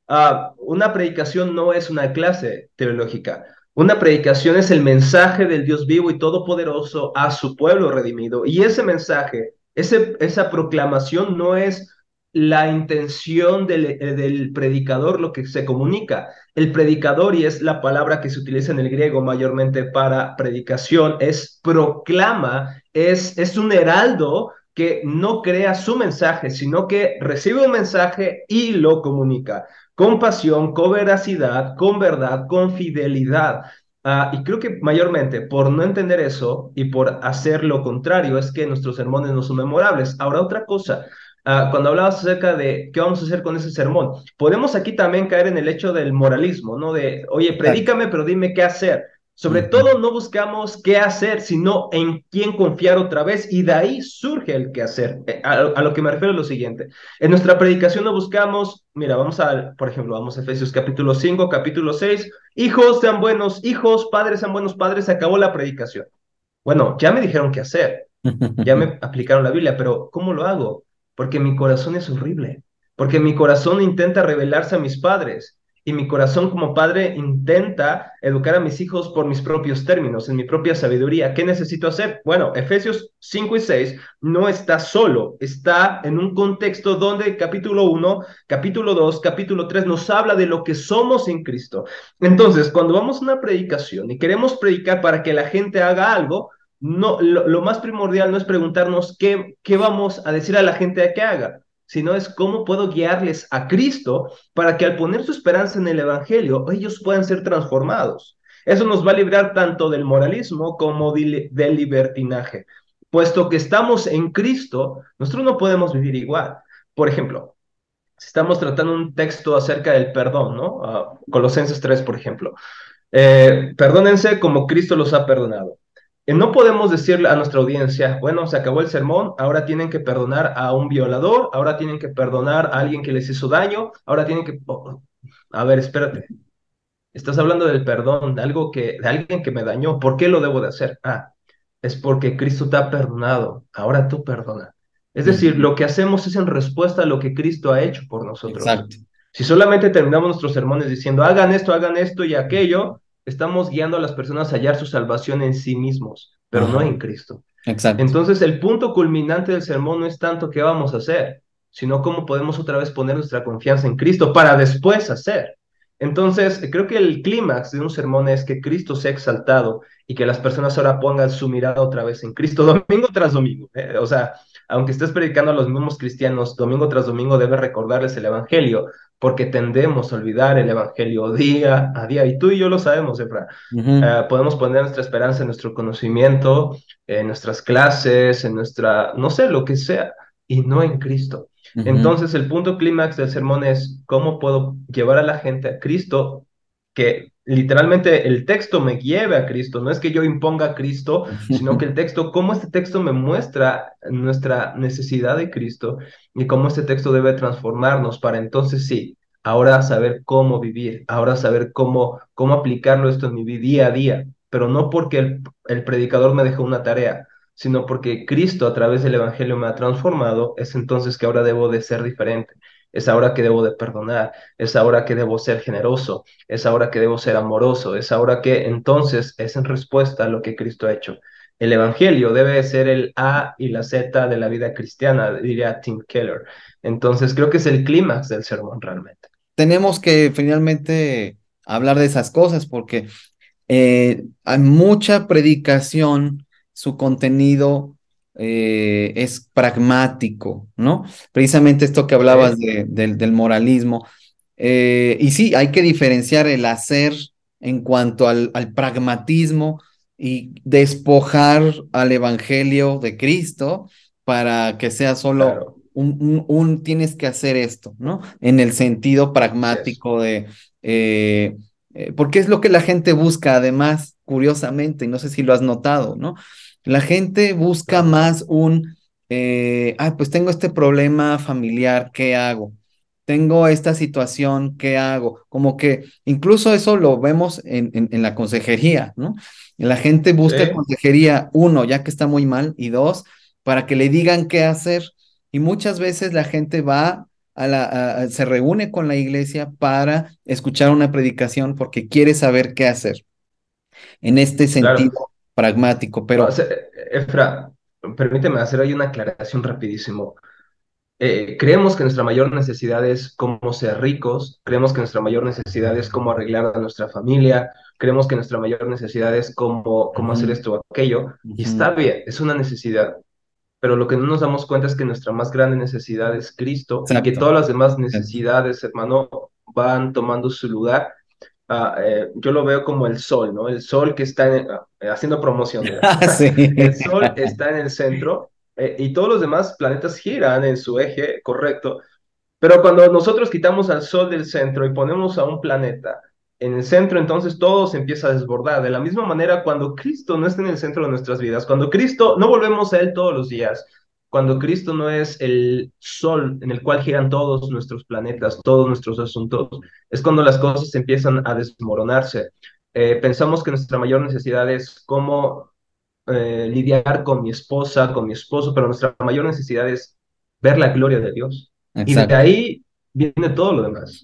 Una predicación no es una clase teológica. Una predicación es el mensaje del Dios vivo y todopoderoso a su pueblo redimido. Y ese mensaje, esa proclamación no es la intención del predicador lo que se comunica. El predicador, y es la palabra que se utiliza en el griego mayormente para predicación, es proclama, es un heraldo que no crea su mensaje, sino que recibe un mensaje y lo comunica con pasión, con veracidad, con verdad, con fidelidad. Y creo que mayormente por no entender eso y por hacer lo contrario es que nuestros sermones no son memorables. Ahora, otra cosa, cuando hablabas acerca de qué vamos a hacer con ese sermón, podemos aquí también caer en el hecho del moralismo, ¿no? De, oye, exacto. predícame, pero dime qué hacer. Sobre Ujú. todo no buscamos qué hacer, sino en quién confiar otra vez, y de ahí surge el qué hacer. A lo que me refiero es lo siguiente. En nuestra predicación no buscamos, mira, por ejemplo, vamos a Efesios capítulo 5, capítulo 6, hijos sean buenos hijos, padres sean buenos padres, se acabó la predicación. Bueno, ya me dijeron qué hacer, ya me aplicaron la Biblia, pero ¿cómo lo hago? Porque mi corazón es horrible, porque mi corazón intenta rebelarse a mis padres. y mi corazón como padre intenta educar a mis hijos por mis propios términos, en mi propia sabiduría. ¿Qué necesito hacer? Bueno, Efesios 5 y 6 no está solo, está en un contexto donde capítulo 1, capítulo 2, capítulo 3 nos habla de lo que somos en Cristo. Entonces, cuando vamos a una predicación y queremos predicar para que la gente haga algo, no, lo más primordial no es preguntarnos qué vamos a decir a la gente que haga, sino es cómo puedo guiarles a Cristo para que al poner su esperanza en el Evangelio, ellos puedan ser transformados. Eso nos va a librar tanto del moralismo como del libertinaje. Puesto que estamos en Cristo, nosotros no podemos vivir igual. Por ejemplo, si estamos tratando un texto acerca del perdón, ¿no? Colosenses 3, por ejemplo. Perdónense como Cristo los ha perdonado. No podemos decirle a nuestra audiencia, bueno, se acabó el sermón, ahora tienen que perdonar a un violador, ahora tienen que perdonar a alguien que les hizo daño, ahora tienen que... a ver, espérate. Estás hablando del perdón, de alguien que me dañó. ¿Por qué lo debo de hacer? Es porque Cristo te ha perdonado. Ahora tú perdona. Es decir, Ujú. lo que hacemos es en respuesta a lo que Cristo ha hecho por nosotros. Exacto. Si solamente terminamos nuestros sermones diciendo hagan esto y aquello, estamos guiando a las personas a hallar su salvación en sí mismos, pero no Ajá. en Cristo. Exacto. Entonces, el punto culminante del sermón no es tanto qué vamos a hacer, sino cómo podemos otra vez poner nuestra confianza en Cristo para después hacer. Entonces, creo que el clímax de un sermón es que Cristo sea exaltado y que las personas ahora pongan su mirada otra vez en Cristo, domingo tras domingo. O sea, aunque estés predicando a los mismos cristianos, domingo tras domingo debes recordarles el Evangelio, porque tendemos a olvidar el Evangelio día a día. Y tú y yo lo sabemos, Efra. Ujú. Podemos poner nuestra esperanza en nuestro conocimiento, en nuestras clases, en nuestra, no sé, lo que sea, y no en Cristo. Ujú. Entonces, el punto clímax del sermón es cómo puedo llevar a la gente a Cristo, que literalmente el texto me lleve a Cristo, no es que yo imponga a Cristo, sino que el texto, cómo este texto me muestra nuestra necesidad de Cristo y cómo este texto debe transformarnos para entonces sí, ahora saber cómo vivir, ahora saber cómo aplicarlo esto en mi día a día, pero no porque el predicador me dejó una tarea, sino porque Cristo a través del Evangelio me ha transformado, es entonces que ahora debo de ser diferente, es ahora que debo de perdonar, es ahora que debo ser generoso, es ahora que debo ser amoroso, es ahora que entonces es en respuesta a lo que Cristo ha hecho. El Evangelio debe ser el A y la Z de la vida cristiana, diría Tim Keller. Entonces creo que es el clímax del sermón realmente. Tenemos que finalmente hablar de esas cosas porque hay mucha predicación, su contenido es pragmático, ¿no? Precisamente esto que hablabas Sí, del moralismo. Y sí, hay que diferenciar el hacer en cuanto al pragmatismo y despojar al Evangelio de Cristo para que sea solo claro, tienes que hacer esto, ¿no? En el sentido así es, pragmático de... porque es lo que la gente busca, además, curiosamente, y no sé si lo has notado, ¿no? La gente busca claro, más pues tengo este problema familiar, ¿qué hago? Tengo esta situación, ¿qué hago? Como que incluso eso lo vemos en la consejería, ¿no? La gente sí, busca consejería, uno, ya que está muy mal, y dos, para que le digan qué hacer. Y muchas veces la gente va se reúne con la iglesia para escuchar una predicación porque quiere saber qué hacer en este claro. sentido pragmático, O pero sea, Efra, permíteme hacer ahí una aclaración rapidísimo. Creemos que nuestra mayor necesidad es cómo ser ricos, creemos que nuestra mayor necesidad es cómo arreglar a nuestra familia, creemos que nuestra mayor necesidad es cómo hacer ujú, esto o aquello, y ujú, está bien, es una necesidad, pero lo que no nos damos cuenta es que nuestra más grande necesidad es Cristo y que exacto, todas las demás exacto. necesidades, hermano, van tomando su lugar. Yo lo veo como el sol, ¿no? El sol que está haciendo promoción, mira. Ah, sí. El sol está en el centro y todos los demás planetas giran en su eje correcto, pero cuando nosotros quitamos al Sol del centro y ponemos a un planeta en el centro, entonces todo se empieza a desbordar. De la misma manera, cuando Cristo no está en el centro de nuestras vidas, cuando Cristo no volvemos a Él todos los días, cuando Cristo no es el Sol en el cual giran todos nuestros planetas, todos nuestros asuntos, es cuando las cosas empiezan a desmoronarse. Pensamos que nuestra mayor necesidad es cómo lidiar con mi esposa, con mi esposo, pero nuestra mayor necesidad es ver la gloria de Dios. Y de Exacto. ahí viene todo lo demás.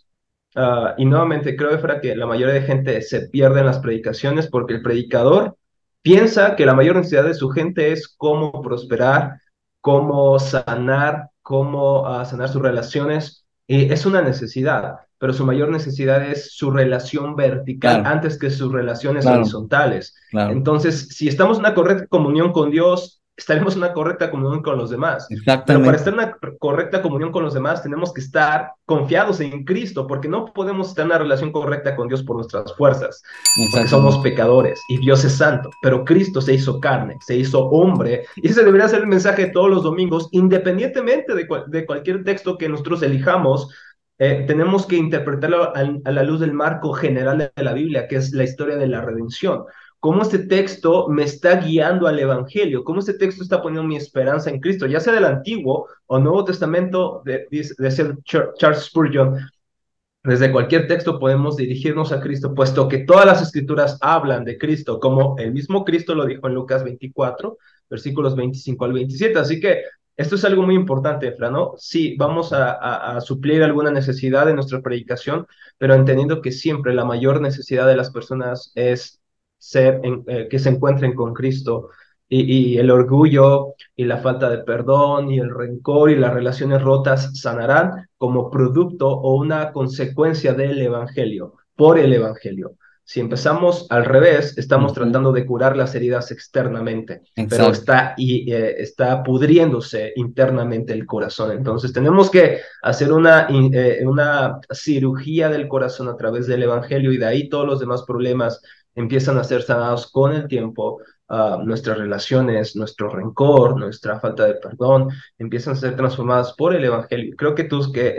Y nuevamente creo, Efra, que la mayoría de gente se pierde en las predicaciones porque el predicador piensa que la mayor necesidad de su gente es cómo prosperar, cómo sanar, cómo sanar sus relaciones. Y es una necesidad, pero su mayor necesidad es su relación vertical Claro, antes que sus relaciones claro, horizontales. claro. Entonces, si estamos en una correcta comunión con Dios, estaremos en una correcta comunión con los demás. Pero para estar Exactamente, en una correcta comunión con los demás, tenemos que estar confiados en Cristo, porque no podemos estar en una relación correcta con Dios por nuestras fuerzas, porque somos exactamente, pecadores y Dios es santo. Pero Cristo se hizo carne, se hizo hombre, y ese debería ser el mensaje de todos los domingos, independientemente de cualquier texto que nosotros elijamos. Tenemos que interpretarlo a la luz del marco general de la Biblia, que es la historia de la redención. Cómo este texto me está guiando al Evangelio, cómo este texto está poniendo mi esperanza en Cristo, ya sea del Antiguo o Nuevo Testamento, decía Charles Spurgeon. Desde cualquier texto podemos dirigirnos a Cristo, puesto que todas las escrituras hablan de Cristo, como el mismo Cristo lo dijo en Lucas 24, versículos 25 al 27. Así que esto es algo muy importante, Efra, ¿no? Sí, vamos a suplir alguna necesidad de nuestra predicación, pero entendiendo que siempre la mayor necesidad de las personas es que se encuentren con Cristo, y el orgullo y la falta de perdón y el rencor y las relaciones rotas sanarán como producto o una consecuencia del Evangelio, por el Evangelio. Si empezamos al revés, estamos ujú, tratando de curar las heridas externamente, pero exacto, está pudriéndose internamente el corazón. Entonces tenemos que hacer una cirugía del corazón a través del Evangelio, y de ahí todos los demás problemas empiezan a ser sanados con el tiempo. Nuestras relaciones, nuestro rencor, nuestra falta de perdón, empiezan a ser transformadas por el Evangelio. Creo que tú que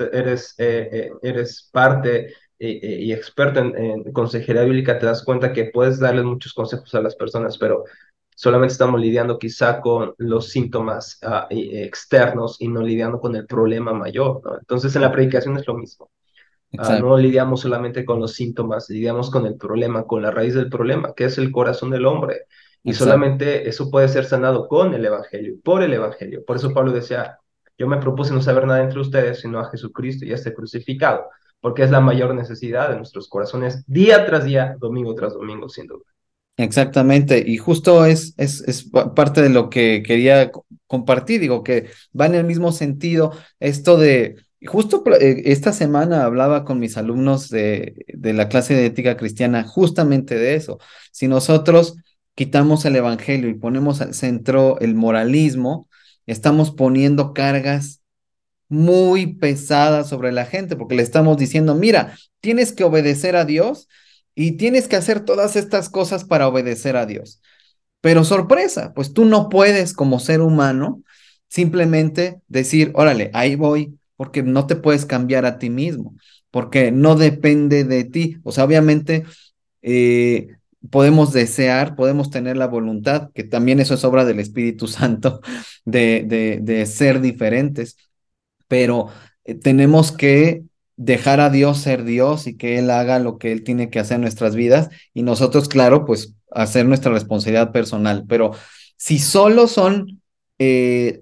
eres parte y experto en consejería bíblica, te das cuenta que puedes darles muchos consejos a las personas, pero solamente estamos lidiando quizá con los síntomas externos y no lidiando con el problema mayor, ¿no? Entonces en la predicación es lo mismo. exacto, No lidiamos solamente con los síntomas, lidiamos con el problema, con la raíz del problema, que es el corazón del hombre. Y exacto. solamente eso puede ser sanado con el Evangelio, por el Evangelio. Por eso Pablo decía, yo me propuse no saber nada entre ustedes, sino a Jesucristo y a este crucificado, porque es la mayor necesidad de nuestros corazones, día tras día, domingo tras domingo, sin duda. Exactamente, y justo parte de lo que quería compartir, digo que va en el mismo sentido esto de, esta semana hablaba con mis alumnos de la clase de ética cristiana justamente de eso. Si nosotros quitamos el evangelio y ponemos al centro el moralismo, estamos poniendo cargas muy pesada sobre la gente, porque le estamos diciendo, mira, tienes que obedecer a Dios y tienes que hacer todas estas cosas para obedecer a Dios. Pero sorpresa, pues tú no puedes como ser humano simplemente decir, órale, ahí voy, porque no te puedes cambiar a ti mismo, porque no depende de ti. O sea, obviamente eh, podemos desear, podemos tener la voluntad, que también eso es obra del Espíritu Santo, de ser diferentes, pero tenemos que dejar a Dios ser Dios y que Él haga lo que Él tiene que hacer en nuestras vidas y nosotros, claro, pues hacer nuestra responsabilidad personal. Pero si solo son eh,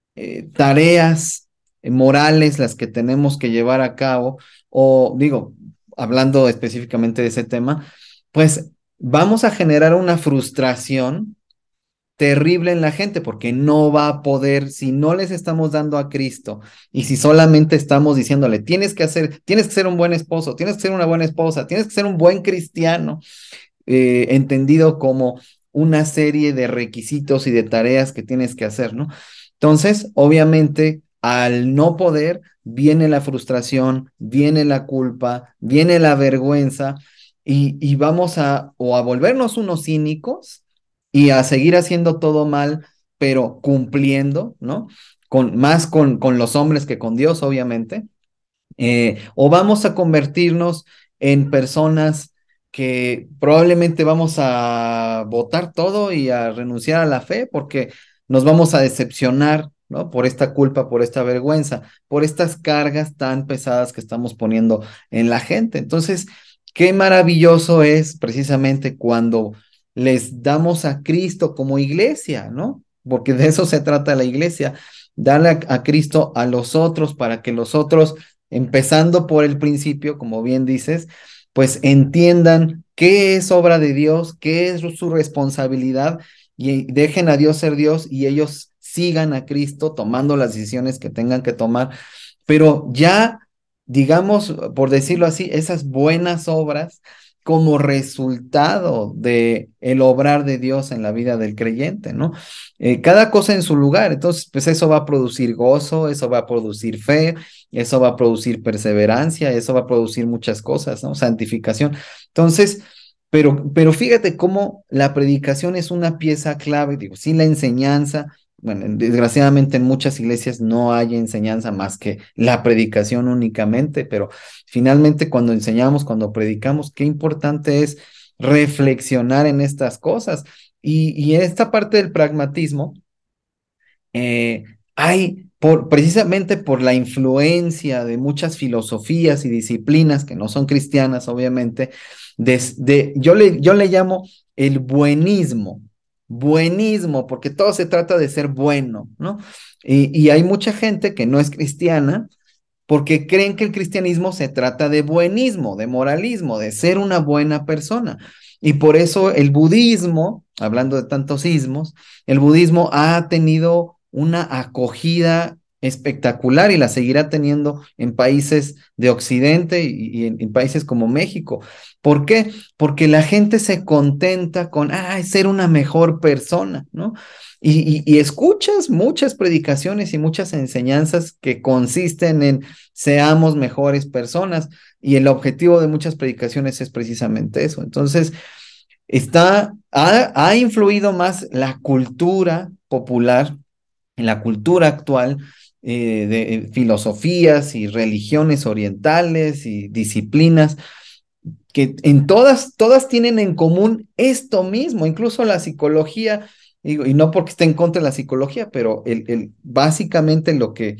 tareas morales las que tenemos que llevar a cabo, o digo, hablando específicamente de ese tema, pues vamos a generar una frustración terrible en la gente porque no va a poder, si no les estamos dando a Cristo y si solamente estamos diciéndole, tienes que ser un buen esposo, tienes que ser una buena esposa, tienes que ser un buen cristiano, entendido como una serie de requisitos y de tareas que tienes que hacer, ¿no? Entonces, obviamente, al no poder, viene la frustración, viene la culpa, viene la vergüenza y vamos o a volvernos unos cínicos y a seguir haciendo todo mal, pero cumpliendo, ¿no? Más con los hombres que con Dios, obviamente, o vamos a convertirnos en personas que probablemente vamos a votar todo y a renunciar a la fe porque nos vamos a decepcionar, ¿no? Por esta culpa, por esta vergüenza, por estas cargas tan pesadas que estamos poniendo en la gente. Entonces, qué maravilloso es precisamente cuando les damos a Cristo como iglesia, ¿no? Porque de eso se trata la iglesia, darle a Cristo a los otros para que los otros empezando por el principio, como bien dices, pues entiendan qué es obra de Dios, qué es su responsabilidad y dejen a Dios ser Dios y ellos sigan a Cristo tomando las decisiones que tengan que tomar, pero ya, digamos, por decirlo así, esas buenas obras como resultado de el obrar de Dios en la vida del creyente, ¿no? Cada cosa en su lugar, entonces, pues eso va a producir gozo, eso va a producir fe, eso va a producir perseverancia, eso va a producir muchas cosas, ¿no? Santificación. Entonces, pero fíjate cómo la predicación es una pieza clave, digo, sí, la enseñanza, bueno, desgraciadamente en muchas iglesias no hay enseñanza más que la predicación únicamente, pero finalmente cuando enseñamos, cuando predicamos, qué importante es reflexionar en estas cosas. Y en esta parte del pragmatismo, eh, precisamente por la influencia de muchas filosofías y disciplinas que no son cristianas, obviamente, yo le llamo el buenismo, buenismo, porque todo se trata de ser bueno, ¿no? Y hay mucha gente que no es cristiana porque creen que el cristianismo se trata de buenismo, de moralismo, de ser una buena persona. Y por eso el budismo, hablando de tantos ismos, el budismo ha tenido una acogida espectacular y la seguirá teniendo en países de Occidente y en países como México. ¿Por qué? Porque la gente se contenta con ser una mejor persona, ¿no? Y escuchas muchas predicaciones y muchas enseñanzas que consisten en seamos mejores personas. Y el objetivo de muchas predicaciones es precisamente eso. Entonces, ha influido más la cultura popular, en la cultura actual, de filosofías y religiones orientales y disciplinas que en todas tienen en común esto mismo, incluso la psicología, y no porque esté en contra de la psicología, pero básicamente lo que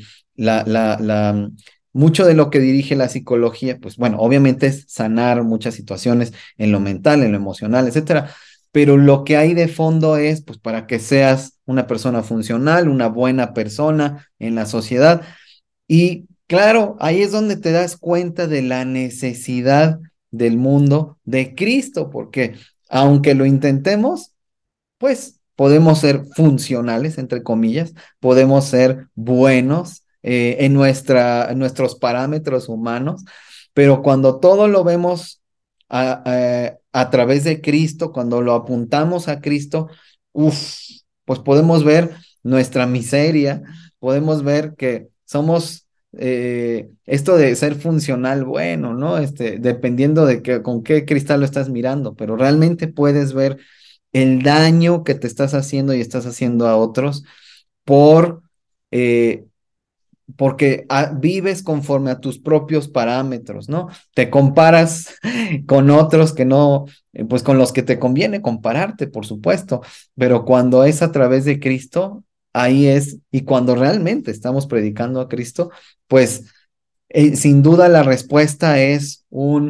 mucho de lo que dirige la psicología, pues bueno, obviamente es sanar muchas situaciones en lo mental, en lo emocional, etcétera, pero lo que hay de fondo es, pues, para que seas una persona funcional, una buena persona en la sociedad. Y claro, ahí es donde te das cuenta de la necesidad del mundo de Cristo, porque aunque lo intentemos, pues podemos ser funcionales, entre comillas, podemos ser buenos en nuestros parámetros humanos, pero cuando todo lo vemos a través de Cristo, cuando lo apuntamos a Cristo, uff, pues podemos ver nuestra miseria, podemos ver que somos esto de ser funcional, bueno, ¿no? Dependiendo de con qué cristal lo estás mirando, pero realmente puedes ver el daño que te estás haciendo y estás haciendo a otros por, eh, porque vives conforme a tus propios parámetros, ¿no? Te comparas con otros que no, pues con los que te conviene compararte, por supuesto, pero cuando es a través de Cristo, ahí es, y cuando realmente estamos predicando a Cristo, pues sin duda la respuesta es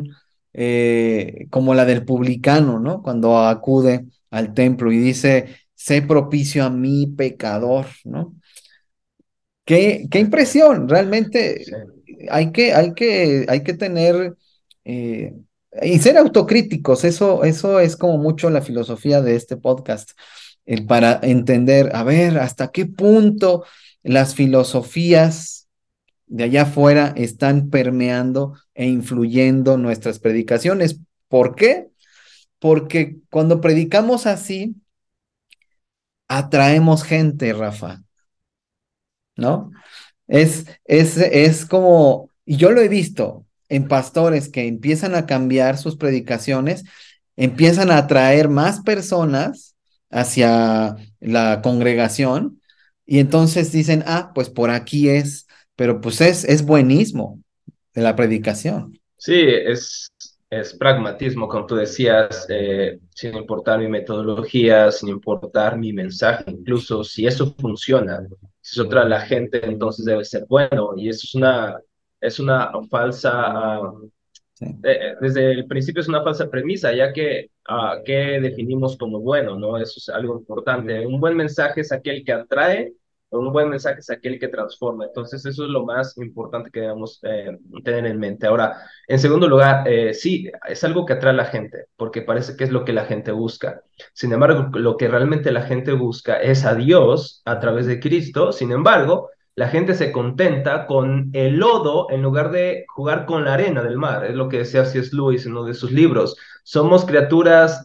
como la del publicano, ¿no? Cuando acude al templo y dice, sé propicio a mí, pecador, ¿no? Qué impresión, realmente Sí. hay que tener eh, y ser autocríticos, eso es como mucho la filosofía de este podcast, para entender, a ver, hasta qué punto las filosofías de allá afuera están permeando e influyendo nuestras predicaciones. ¿Por qué? Porque cuando predicamos así, atraemos gente, Rafa, ¿no? Es como, y yo lo he visto en pastores que empiezan a cambiar sus predicaciones, empiezan a atraer más personas hacia la congregación y entonces dicen, pues por aquí es, pero pues es buenismo de la predicación. Sí, es pragmatismo, como tú decías, sin importar mi metodología, sin importar mi mensaje, incluso si eso funciona, si eso trae a la gente, entonces debe ser bueno. Y eso es una falsa, Sí, desde el principio es una falsa premisa, ya que ¿qué definimos como bueno? ¿No? Eso es algo importante. Un buen mensaje es aquel que atrae Un buen mensaje es aquel que transforma. Entonces, eso es lo más importante que debemos tener en mente. Ahora, en segundo lugar, sí, es algo que atrae a la gente, porque parece que es lo que la gente busca. Sin embargo, lo que realmente la gente busca es a Dios a través de Cristo. Sin embargo, la gente se contenta con el lodo en lugar de jugar con la arena del mar. Es lo que decía C.S. Lewis en uno de sus libros. Somos criaturas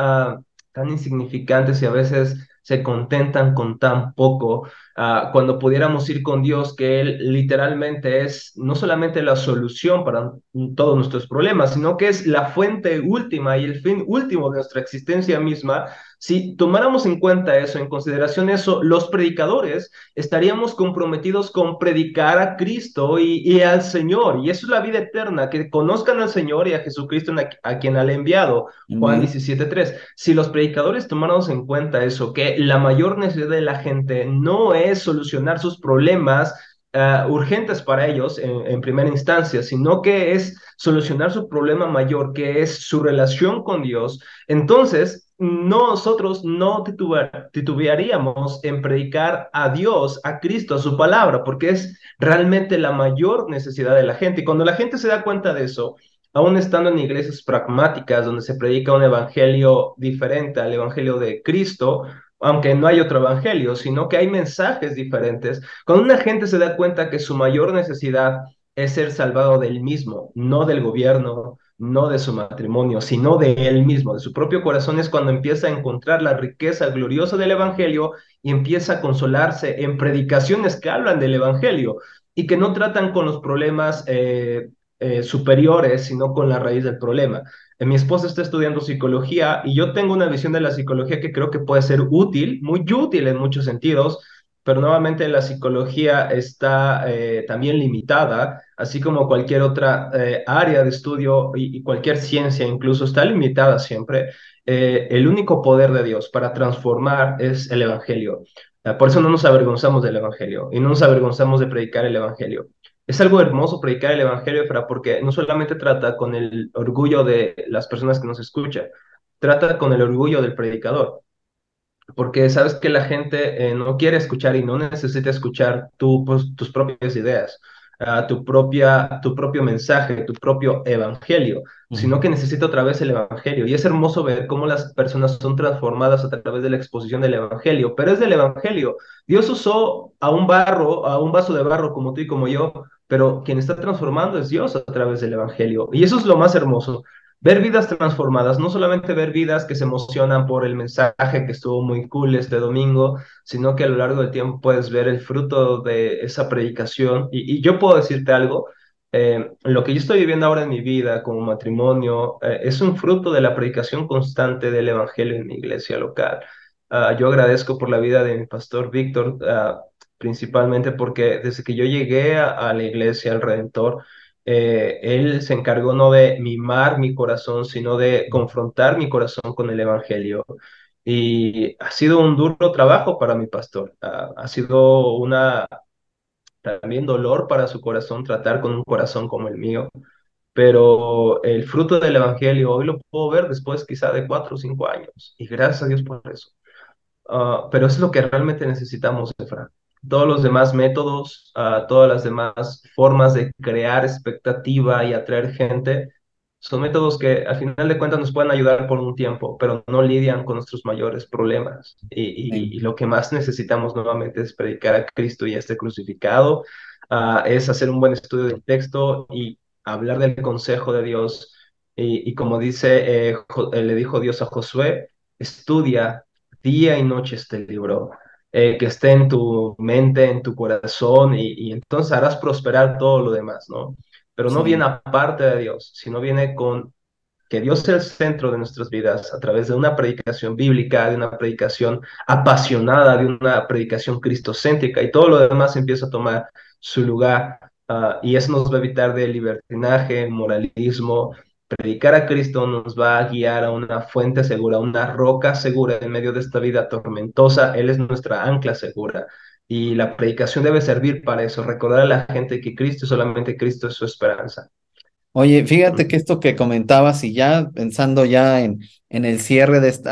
tan insignificantes y a veces se contentan con tan poco, cuando pudiéramos ir con Dios, que Él literalmente es no solamente la solución para todos nuestros problemas, sino que es la fuente última y el fin último de nuestra existencia misma. Si tomáramos en cuenta eso, en consideración eso, los predicadores estaríamos comprometidos con predicar a Cristo y al Señor, y eso es la vida eterna, que conozcan al Señor y a Jesucristo a quien ha enviado. Juan Amén. 17:3. Si los predicadores tomáramos en cuenta eso, que la mayor necesidad de la gente no es solucionar sus problemas urgentes para ellos en primera instancia, sino que es solucionar su problema mayor, que es su relación con Dios, entonces nosotros no titubearíamos en predicar a Dios, a Cristo, a su palabra, porque es realmente la mayor necesidad de la gente. Y cuando la gente se da cuenta de eso, aún estando en iglesias pragmáticas donde se predica un evangelio diferente al evangelio de Cristo, aunque no hay otro evangelio, sino que hay mensajes diferentes, cuando una gente se da cuenta que su mayor necesidad es ser salvado del mismo, no del gobierno, no de su matrimonio, sino de él mismo, de su propio corazón, es cuando empieza a encontrar la riqueza gloriosa del evangelio y empieza a consolarse en predicaciones que hablan del evangelio y que no tratan con los problemas superiores, sino con la raíz del problema. Mi esposa está estudiando psicología y yo tengo una visión de la psicología que creo que puede ser útil, muy útil en muchos sentidos, pero nuevamente la psicología está también limitada, así como cualquier otra área de estudio y cualquier ciencia incluso está limitada siempre. El único poder de Dios para transformar es el Evangelio. Por eso no nos avergonzamos del Evangelio y no nos avergonzamos de predicar el Evangelio. Es algo hermoso predicar el Evangelio, Efra, porque no solamente trata con el orgullo de las personas que nos escuchan, trata con el orgullo del predicador, porque sabes que la gente no quiere escuchar y no necesita escuchar pues, tus propias ideas, tu propio mensaje, tu propio evangelio, sino que necesita otra vez el evangelio. Y es hermoso ver cómo las personas son transformadas a través de la exposición del evangelio, pero es del evangelio. Dios usó a un barro, a un vaso de barro como tú y como yo, pero quien está transformando es Dios a través del evangelio. Y eso es lo más hermoso. Ver vidas transformadas, no solamente ver vidas que se emocionan por el mensaje que estuvo muy cool este domingo, sino que a lo largo del tiempo puedes ver el fruto de esa predicación. Y yo puedo decirte algo, lo que yo estoy viviendo ahora en mi vida como matrimonio es un fruto de la predicación constante del Evangelio en mi iglesia local. Yo agradezco por la vida de mi pastor Víctor, principalmente porque desde que yo llegué a la iglesia, al Redentor, él se encargó no de mimar mi corazón, sino de confrontar mi corazón con el Evangelio. Y ha sido un duro trabajo para mi pastor. Ha sido también dolor para su corazón tratar con un corazón como el mío. Pero el fruto del Evangelio hoy lo puedo ver después quizá de 4 o 5 años. Y gracias a Dios por eso. Pero eso es lo que realmente necesitamos, Efra. Todos los demás métodos, todas las demás formas de crear expectativa y atraer gente, son métodos que al final de cuentas nos pueden ayudar por un tiempo, pero no lidian con nuestros mayores problemas. Y lo que más necesitamos nuevamente es predicar a Cristo y a este crucificado, es hacer un buen estudio del texto y hablar del consejo de Dios. Y como dice, le dijo Dios a Josué, estudia día y noche este libro, que esté en tu mente, en tu corazón, y entonces harás prosperar todo lo demás, ¿no? Pero no viene Sí. aparte de Dios, sino viene con que Dios sea el centro de nuestras vidas a través de una predicación bíblica, de una predicación apasionada, de una predicación cristocéntrica, y todo lo demás empieza a tomar su lugar, y eso nos va a evitar de libertinaje, moralismo. Predicar a Cristo nos va a guiar a una fuente segura, una roca segura en medio de esta vida tormentosa. Él es nuestra ancla segura. Y la predicación debe servir para eso, recordar a la gente que Cristo y solamente Cristo es su esperanza. Oye, fíjate que esto que comentabas y ya pensando ya en el cierre de esta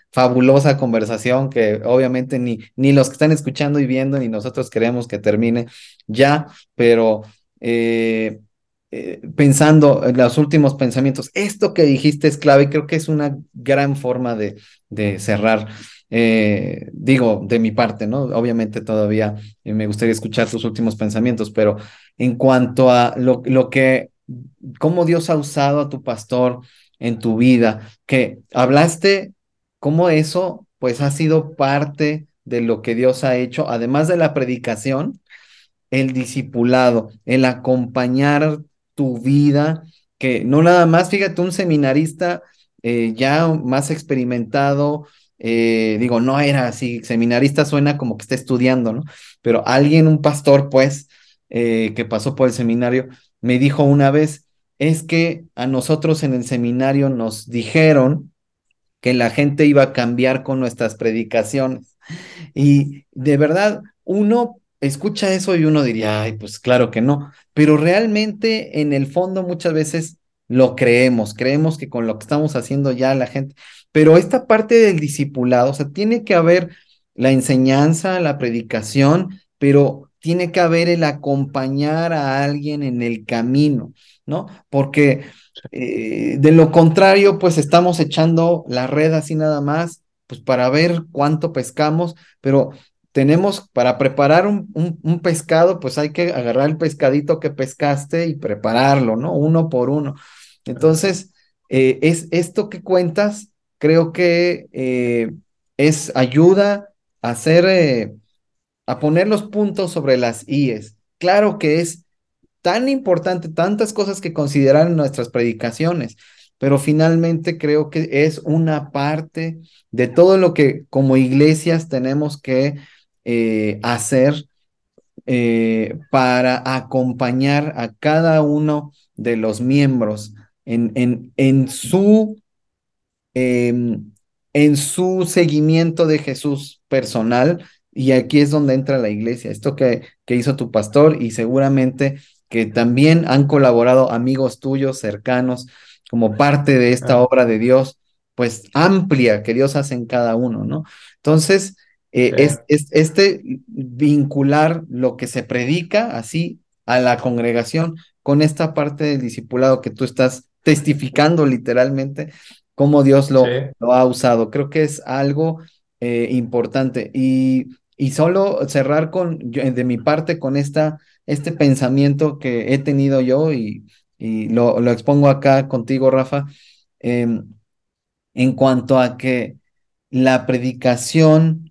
fabulosa conversación que obviamente ni los que están escuchando y viendo ni nosotros queremos que termine ya, pero eh, pensando en los últimos pensamientos, esto que dijiste es clave y creo que es una gran forma de cerrar. Digo, de mi parte, ¿no? Obviamente todavía me gustaría escuchar tus últimos pensamientos, pero en cuanto a lo que, cómo Dios ha usado a tu pastor en tu vida, que hablaste, cómo eso, pues ha sido parte de lo que Dios ha hecho, además de la predicación, el discipulado, el acompañar tu vida, que no nada más, fíjate, un seminarista ya más experimentado, digo, no era así, seminarista suena como que está estudiando, ¿no? Pero alguien, un pastor, pues, que pasó por el seminario, me dijo una vez, es que a nosotros en el seminario nos dijeron que la gente iba a cambiar con nuestras predicaciones. Y de verdad, uno escucha eso y uno diría, ay, pues claro que no, pero realmente en el fondo muchas veces lo creemos, creemos que con lo que estamos haciendo ya la gente, pero esta parte del discipulado, o sea, tiene que haber la enseñanza, la predicación, pero tiene que haber el acompañar a alguien en el camino, ¿no? Porque de lo contrario, pues estamos echando la red así nada más, pues para ver cuánto pescamos, pero tenemos para preparar un pescado, pues hay que agarrar el pescadito que pescaste y prepararlo, ¿no? Uno por uno. Entonces, es esto que cuentas, creo que es ayuda a hacer, a poner los puntos sobre las íes. Claro que es tan importante, tantas cosas que considerar en nuestras predicaciones, pero finalmente creo que es una parte de todo lo que como iglesias tenemos que hacer para acompañar a cada uno de los miembros en su en su seguimiento de Jesús personal. Y aquí es donde entra la iglesia, esto que hizo tu pastor y seguramente que también han colaborado amigos tuyos cercanos como parte de esta Claro, obra de Dios, pues amplia que Dios hace en cada uno, ¿no? Entonces, sí, es este vincular lo que se predica así a la congregación con esta parte del discipulado que tú estás testificando literalmente cómo Dios sí, lo ha usado. Creo que es algo importante. Y solo cerrar con, de mi parte, con este pensamiento que he tenido yo y lo expongo acá contigo, Rafa, em, en cuanto a que la predicación,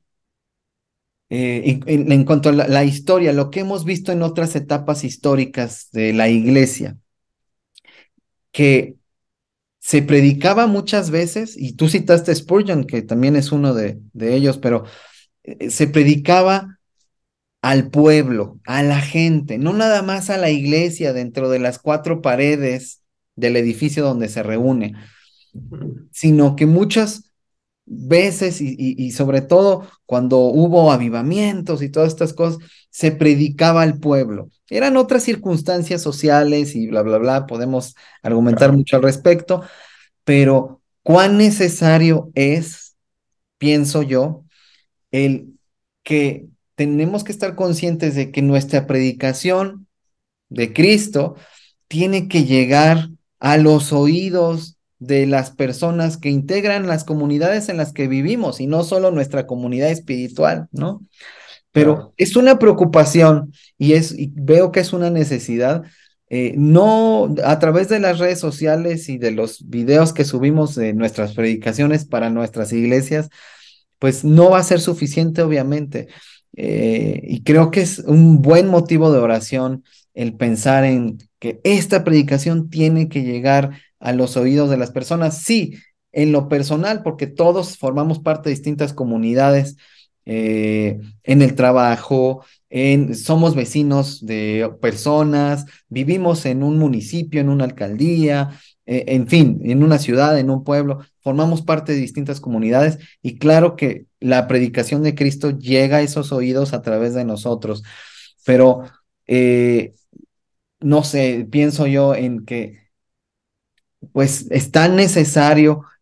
en cuanto a la historia, lo que hemos visto en otras etapas históricas de la iglesia, que se predicaba muchas veces, y tú citaste Spurgeon, que también es uno de ellos, pero se predicaba al pueblo, a la gente, no nada más a la iglesia dentro de las cuatro paredes del edificio donde se reúne, sino que muchas veces y sobre todo cuando hubo avivamientos y todas estas cosas, se predicaba al pueblo. Eran otras circunstancias sociales y bla, bla, bla, podemos argumentar claro, mucho al respecto, pero cuán necesario es, pienso yo, el que tenemos que estar conscientes de que nuestra predicación de Cristo tiene que llegar a los oídos de las personas que integran las comunidades en las que vivimos y no solo nuestra comunidad espiritual, ¿no? Pero claro, es una preocupación y veo que es una necesidad. No a través de las redes sociales y de los videos que subimos de nuestras predicaciones para nuestras iglesias, pues no va a ser suficiente, obviamente. Y creo que es un buen motivo de oración el pensar en que esta predicación tiene que llegar a los oídos de las personas, sí, en lo personal, porque todos formamos parte de distintas comunidades, en el trabajo, somos vecinos de personas, vivimos en un municipio, en una alcaldía, en fin, en una ciudad, en un pueblo, formamos parte de distintas comunidades y claro que la predicación de Cristo llega a esos oídos a través de nosotros, pero eh, no sé, pienso yo en que pues es tan necesario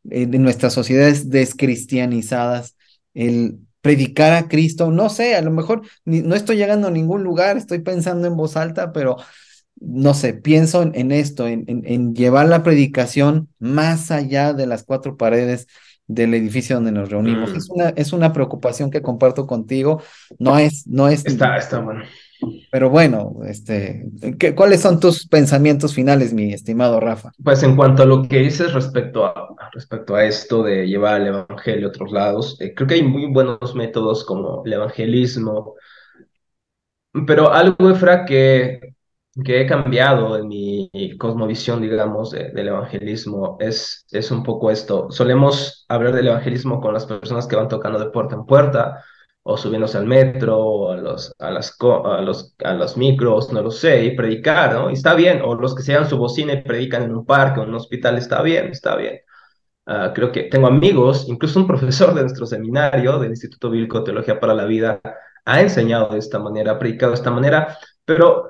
de nuestras sociedades descristianizadas, el predicar a Cristo, no sé, a lo mejor no estoy llegando a ningún lugar, estoy pensando en voz alta, pero no sé, pienso en esto, en llevar la predicación más allá de las cuatro paredes del edificio donde nos reunimos. Mm, Es una preocupación que comparto contigo, no es, está bueno. pero bueno, ¿cuáles son tus pensamientos finales, mi estimado Rafa? Pues en cuanto a lo que dices respecto a esto de llevar el evangelio a otros lados, creo que hay muy buenos métodos como el evangelismo, pero algo, Efra, que he cambiado en mi cosmovisión, digamos, del evangelismo es un poco esto. Solemos hablar del evangelismo con las personas que van tocando de puerta en puerta, o subiéndose al metro, o a los micros, no lo sé, y predicar, ¿no? Y está bien, o los que se llevan su bocina y predican en un parque o en un hospital, está bien, está bien. Creo que tengo amigos, incluso un profesor de nuestro seminario del Instituto Bíblico de Teología para la Vida ha enseñado de esta manera, ha predicado de esta manera, pero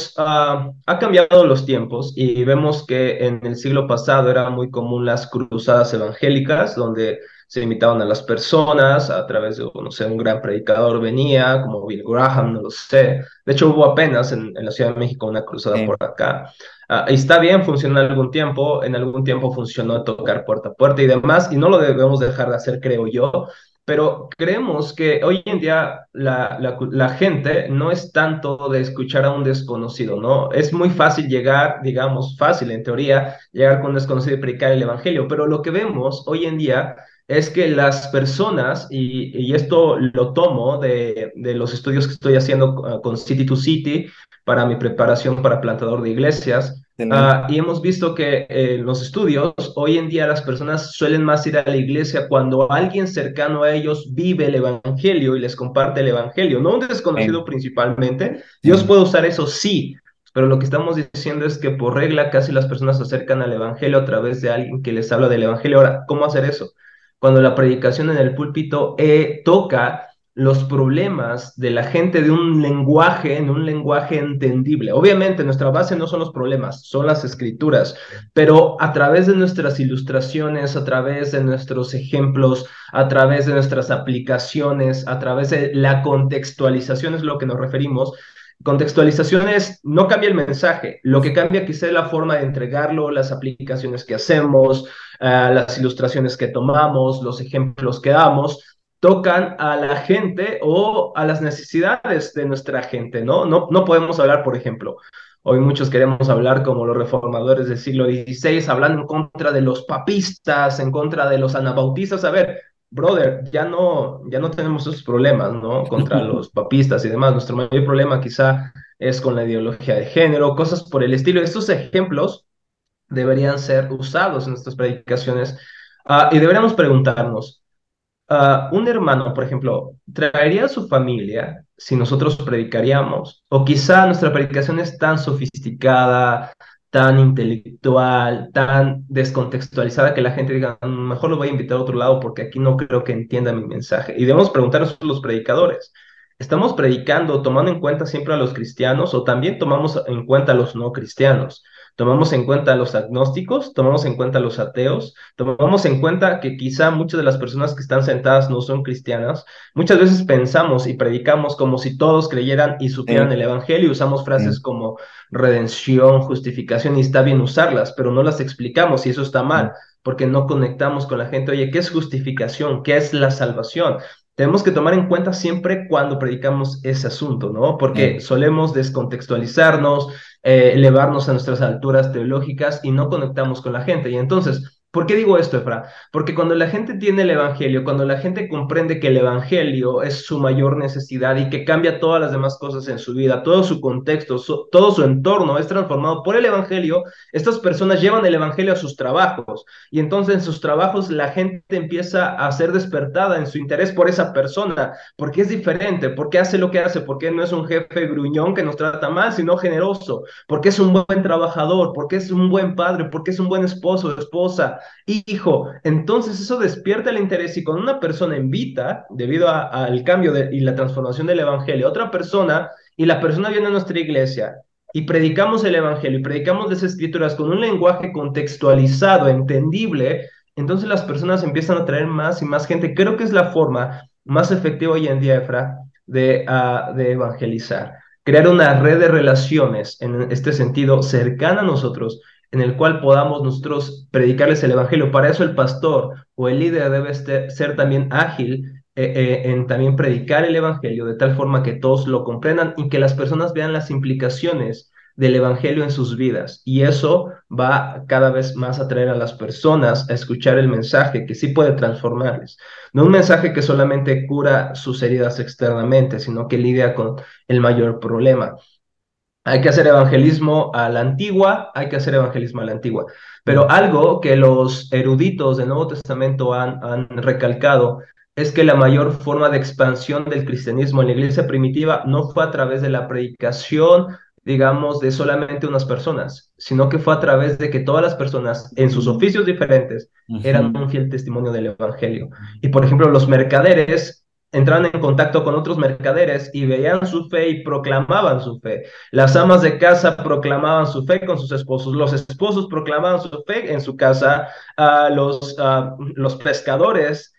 ha cambiado los tiempos y vemos que en el siglo pasado era muy común las cruzadas evangélicas, donde se invitaban a las personas a través de, no sé, un gran predicador venía, como Bill Graham, no lo sé. De hecho, hubo apenas en la Ciudad de México una cruzada por acá. Y está bien, funcionó en algún tiempo funcionó tocar puerta a puerta y demás, y no lo debemos dejar de hacer, creo yo, pero creemos que hoy en día la gente no es tanto de escuchar a un desconocido, ¿no? Es muy fácil llegar, digamos, fácil en teoría, llegar con un desconocido y predicar el evangelio, pero lo que vemos hoy en día es que las personas, y esto lo tomo de los estudios que estoy haciendo con City to City, para mi preparación para plantador de iglesias. Excelente. Y hemos visto que en los estudios, hoy en día las personas suelen más ir a la iglesia cuando alguien cercano a ellos vive el evangelio y les comparte el evangelio, no un desconocido principalmente. Dios Amén. puede usar eso, sí, pero lo que estamos diciendo es que por regla casi las personas se acercan al evangelio a través de alguien que les habla del evangelio. Ahora, ¿cómo hacer eso? Cuando la predicación en el púlpito toca los problemas de la gente de un lenguaje, en un lenguaje entendible. Obviamente, nuestra base no son los problemas, son las escrituras, pero a través de nuestras ilustraciones, a través de nuestros ejemplos, a través de nuestras aplicaciones, a través de la contextualización es lo que nos referimos. Contextualizaciones no cambia el mensaje, lo que cambia quizá es la forma de entregarlo, las aplicaciones que hacemos, las ilustraciones que tomamos, los ejemplos que damos, tocan a la gente o a las necesidades de nuestra gente, ¿no? No podemos hablar, por ejemplo, hoy muchos queremos hablar como los reformadores del siglo XVI, hablando en contra de los papistas, en contra de los anabautistas. A ver, brother, ya no tenemos esos problemas, ¿no? Contra los papistas y demás. Nuestro mayor problema quizá es con la ideología de género, cosas por el estilo. Estos ejemplos deberían ser usados en nuestras predicaciones y deberíamos preguntarnos, un hermano, por ejemplo, ¿traería a su familia si nosotros predicaríamos? O quizá nuestra predicación es tan sofisticada, tan intelectual, tan descontextualizada que la gente diga, mejor lo voy a invitar a otro lado porque aquí no creo que entienda mi mensaje". Y debemos preguntarnos a los predicadores, ¿estamos predicando tomando en cuenta siempre a los cristianos o también tomamos en cuenta a los no cristianos? ¿Tomamos en cuenta a los agnósticos? ¿Tomamos en cuenta a los ateos? Tomamos en cuenta que quizá muchas de las personas que están sentadas no son cristianas. Muchas veces pensamos y predicamos como si todos creyeran y supieran Sí, el evangelio y usamos frases sí, como redención, justificación y está bien usarlas, pero no las explicamos y eso está sí, mal porque no conectamos con la gente. Oye, ¿qué es justificación? ¿Qué es la salvación? Tenemos que tomar en cuenta siempre cuando predicamos ese asunto, ¿no? Porque sí. solemos descontextualizarnos, elevarnos a nuestras alturas teológicas y no conectamos con la gente. Y entonces, ¿por qué digo esto, Efra? Porque cuando la gente tiene el Evangelio, cuando la gente comprende que el Evangelio es su mayor necesidad y que cambia todas las demás cosas en su vida, todo su contexto, todo su entorno es transformado por el Evangelio, estas personas llevan el Evangelio a sus trabajos y entonces en sus trabajos la gente empieza a ser despertada en su interés por esa persona, porque es diferente, porque hace lo que hace, porque no es un jefe gruñón que nos trata mal, sino generoso, porque es un buen trabajador, porque es un buen padre, porque es un buen esposo, esposa, hijo. Entonces eso despierta el interés y cuando una persona invita, debido al cambio y la transformación del evangelio, a otra persona y la persona viene a nuestra iglesia y predicamos el evangelio y predicamos las escrituras con un lenguaje contextualizado, entendible, entonces las personas empiezan a traer más y más gente. Creo que es la forma más efectiva hoy en día, Efra, de evangelizar. Crear una red de relaciones en este sentido cercana a nosotros, en el cual podamos nosotros predicarles el evangelio. Para eso el pastor o el líder debe ser también ágil en también predicar el evangelio de tal forma que todos lo comprendan y que las personas vean las implicaciones del evangelio en sus vidas. Y eso va cada vez más a atraer a las personas a escuchar el mensaje que sí puede transformarles. No un mensaje que solamente cura sus heridas externamente, sino que lidia con el mayor problema. Hay que hacer evangelismo a la antigua, hay que hacer evangelismo a la antigua. Pero Mm, algo que los eruditos del Nuevo Testamento han recalcado es que la mayor forma de expansión del cristianismo en la iglesia primitiva no fue a través de la predicación, digamos, de solamente unas personas, sino que fue a través de que todas las personas en sus mm, oficios diferentes eran ujú. un fiel testimonio del evangelio. Y por ejemplo, los mercaderes entraban en contacto con otros mercaderes y veían su fe y proclamaban su fe. Las amas de casa proclamaban su fe con sus esposos, los esposos proclamaban su fe en su casa, los pescadores,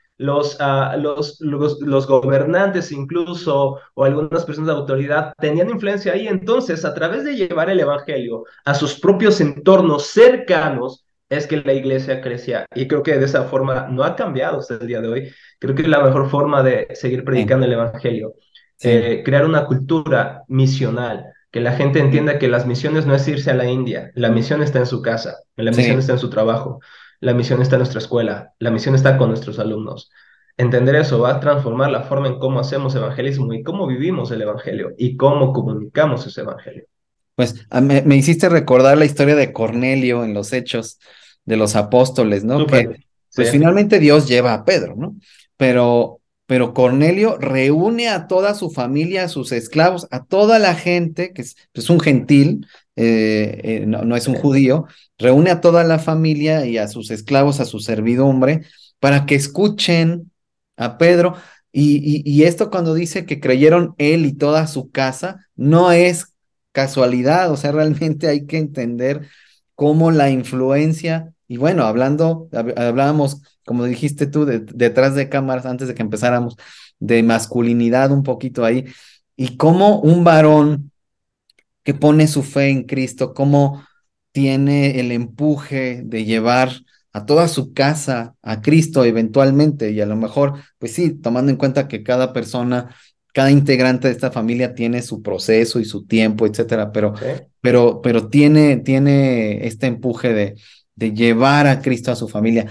los gobernantes incluso, o algunas personas de autoridad, tenían influencia ahí. Entonces, a través de llevar el Evangelio a sus propios entornos cercanos, es que la iglesia crecía. Y creo que de esa forma no ha cambiado hasta el día de hoy. Creo que es la mejor forma de seguir Sí, predicando el Evangelio. sí, Crear una cultura misional, que la gente sí, entienda que las misiones no es irse a la India, la misión está en su casa, la misión sí. está en su trabajo, la misión está en nuestra escuela, la misión está con nuestros alumnos. Entender eso va a transformar la forma en cómo hacemos evangelismo y cómo vivimos el evangelio y cómo comunicamos ese evangelio. Pues me hiciste recordar la historia de Cornelio en los Hechos de los Apóstoles, ¿no? Que Súper, sí, pues finalmente Dios lleva a Pedro, ¿no? Pero Cornelio reúne a toda su familia, a sus esclavos, a toda la gente, que es un gentil, no, no es un sí, judío, reúne a toda la familia y a sus esclavos, a su servidumbre, para que escuchen a Pedro. Y esto cuando dice que creyeron él y toda su casa, no es casualidad, o sea, realmente hay que entender cómo la influencia, y bueno, hablábamos, como dijiste tú, detrás de cámaras, antes de que empezáramos, de masculinidad un poquito ahí, y cómo un varón que pone su fe en Cristo, cómo tiene el empuje de llevar a toda su casa a Cristo eventualmente y a lo mejor, pues sí, tomando en cuenta que cada persona, cada integrante de esta familia tiene su proceso y su tiempo, etcétera, sí. pero tiene este empuje de llevar a Cristo a su familia.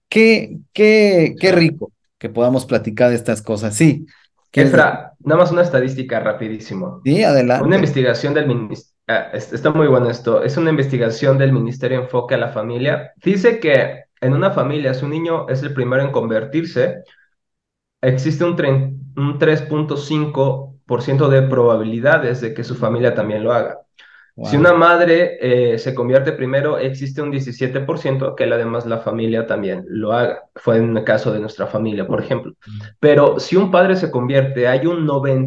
Qué Sí. rico que podamos platicar de estas cosas. Sí, ¿quieres decir? Efra, nada más una estadística rapidísimo. Sí, Una adelante. investigación del ministerio, está muy bueno esto, es una investigación del Ministerio Enfoque a la Familia. Dice que en una familia, si un niño es el primero en convertirse, existe un 3,5% de probabilidades de que su familia también lo haga. Si una Wow. madre se convierte primero, existe un 17% que además la familia también lo haga. Fue en el caso de nuestra familia, por ejemplo. Pero si un padre se convierte, hay un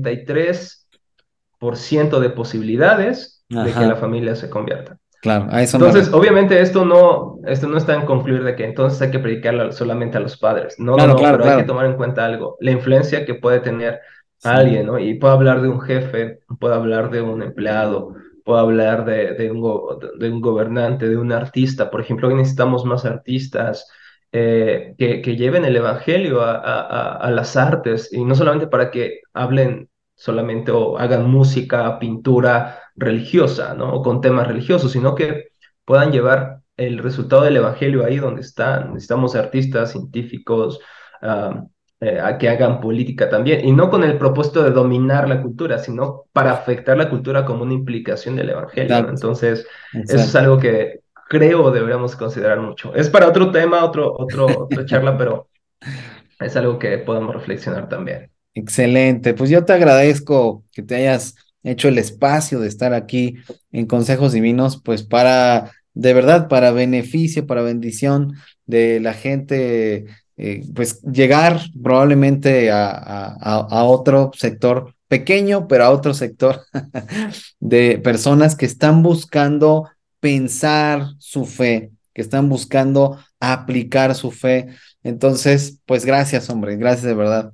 93% de posibilidades de que la Ajá. familia se convierta. Claro, a eso me Entonces, refiero. obviamente esto no está en concluir de que entonces hay que predicarlo solamente a los padres. No, no, Claro, no, claro, pero hay que claro. tomar en cuenta algo, la influencia que puede tener Sí, alguien, ¿no? Y puedo hablar de un jefe, puedo hablar de un empleado, puedo hablar de un gobernante, de un artista. Por ejemplo, hoy necesitamos más artistas que lleven el evangelio a las artes y no solamente para que hablen solamente o hagan música, pintura religiosa, ¿no? O con temas religiosos, sino que puedan llevar el resultado del evangelio ahí donde están. Necesitamos artistas, científicos, ah, a que hagan política también, y no con el propósito de dominar la cultura, sino para afectar la cultura como una implicación del evangelio, ¿no? exacto, Entonces, eso es exacto. algo que creo deberíamos considerar mucho. Es para otro tema, otra charla, pero es algo que podemos reflexionar también. Excelente. Pues yo te agradezco que te hayas hecho el espacio de estar aquí en Consejos Divinos, pues para, de verdad, para beneficio, para bendición de la gente, pues llegar probablemente a otro sector pequeño, pero a otro sector de personas que están buscando pensar su fe, que están buscando a aplicar su fe. Entonces, pues gracias, hombre, gracias de verdad.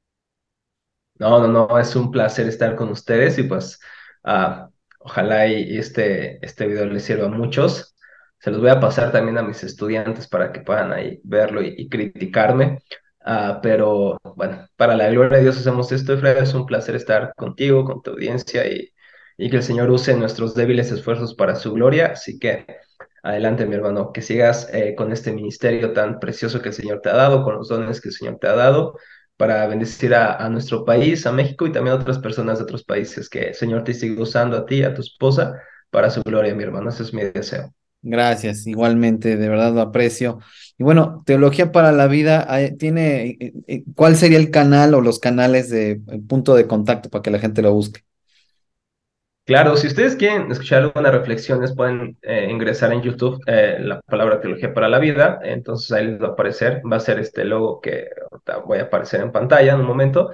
No, no, no, es un placer estar con ustedes y pues ah, ojalá y este video les sirva a muchos. Se los voy a pasar también a mis estudiantes para que puedan ahí verlo y criticarme. Pero bueno, para la gloria de Dios hacemos esto, Efraín. Es un placer estar contigo, con tu audiencia y que el Señor use nuestros débiles esfuerzos para su gloria. Así que adelante, mi hermano, que sigas con este ministerio tan precioso que el Señor te ha dado, con los dones que el Señor te ha dado para bendecir a nuestro país, a México y también a otras personas de otros países, que el Señor te siga usando a ti, a tu esposa, para su gloria, mi hermano. Ese es mi deseo. Gracias, igualmente, de verdad lo aprecio. Y bueno, Teología para la Vida, tiene, ¿cuál sería el canal o los canales de punto de contacto para que la gente lo busque? Claro, si ustedes quieren escuchar algunas reflexiones, pueden ingresar en YouTube la palabra Teología para la Vida. Entonces ahí les va a aparecer, va a ser este logo que ahorita voy a aparecer en pantalla en un momento.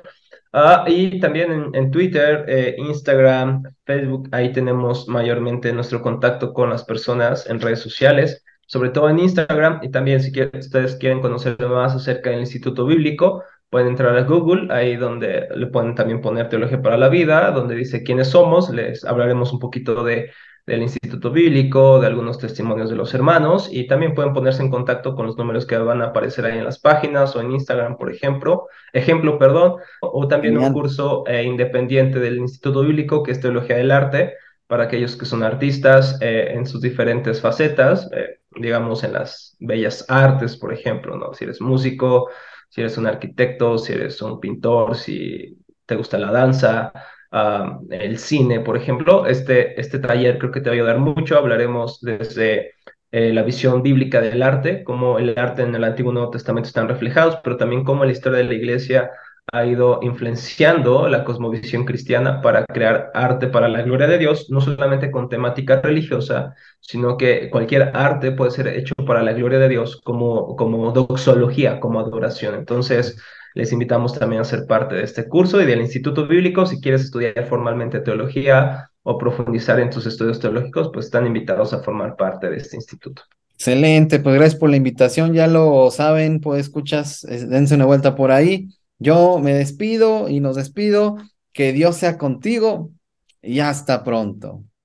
Y también en Twitter, Instagram, Facebook, ahí tenemos mayormente nuestro contacto con las personas en redes sociales, sobre todo en Instagram. Y también si ustedes quieren conocer más acerca del Instituto Bíblico, pueden entrar a Google, ahí donde le pueden también poner Teología para la Vida, donde dice quiénes somos. Les hablaremos un poquito del Instituto Bíblico, de algunos testimonios de los hermanos, y también pueden ponerse en contacto con los números que van a aparecer ahí en las páginas o en Instagram, por ejemplo, perdón, o también un Genial. curso independiente del Instituto Bíblico, que es Teología del Arte, para aquellos que son artistas en sus diferentes facetas, digamos en las bellas artes, por ejemplo, ¿no? Si eres músico, si eres un arquitecto, si eres un pintor, si te gusta la danza, el cine, por ejemplo, este taller creo que te va a ayudar mucho. Hablaremos desde la visión bíblica del arte, cómo el arte en el Antiguo y Nuevo Testamento están reflejados, pero también cómo la historia de la iglesia ha ido influenciando la cosmovisión cristiana para crear arte para la gloria de Dios, no solamente con temática religiosa, sino que cualquier arte puede ser hecho para la gloria de Dios como doxología, como adoración. Entonces, les invitamos también a ser parte de este curso y del Instituto Bíblico. Si quieres estudiar formalmente teología o profundizar en tus estudios teológicos, pues están invitados a formar parte de este instituto. Excelente, pues gracias por la invitación, ya lo saben, pues escuchas, dense una vuelta por ahí. Yo me despido y nos despido, que Dios sea contigo y hasta pronto.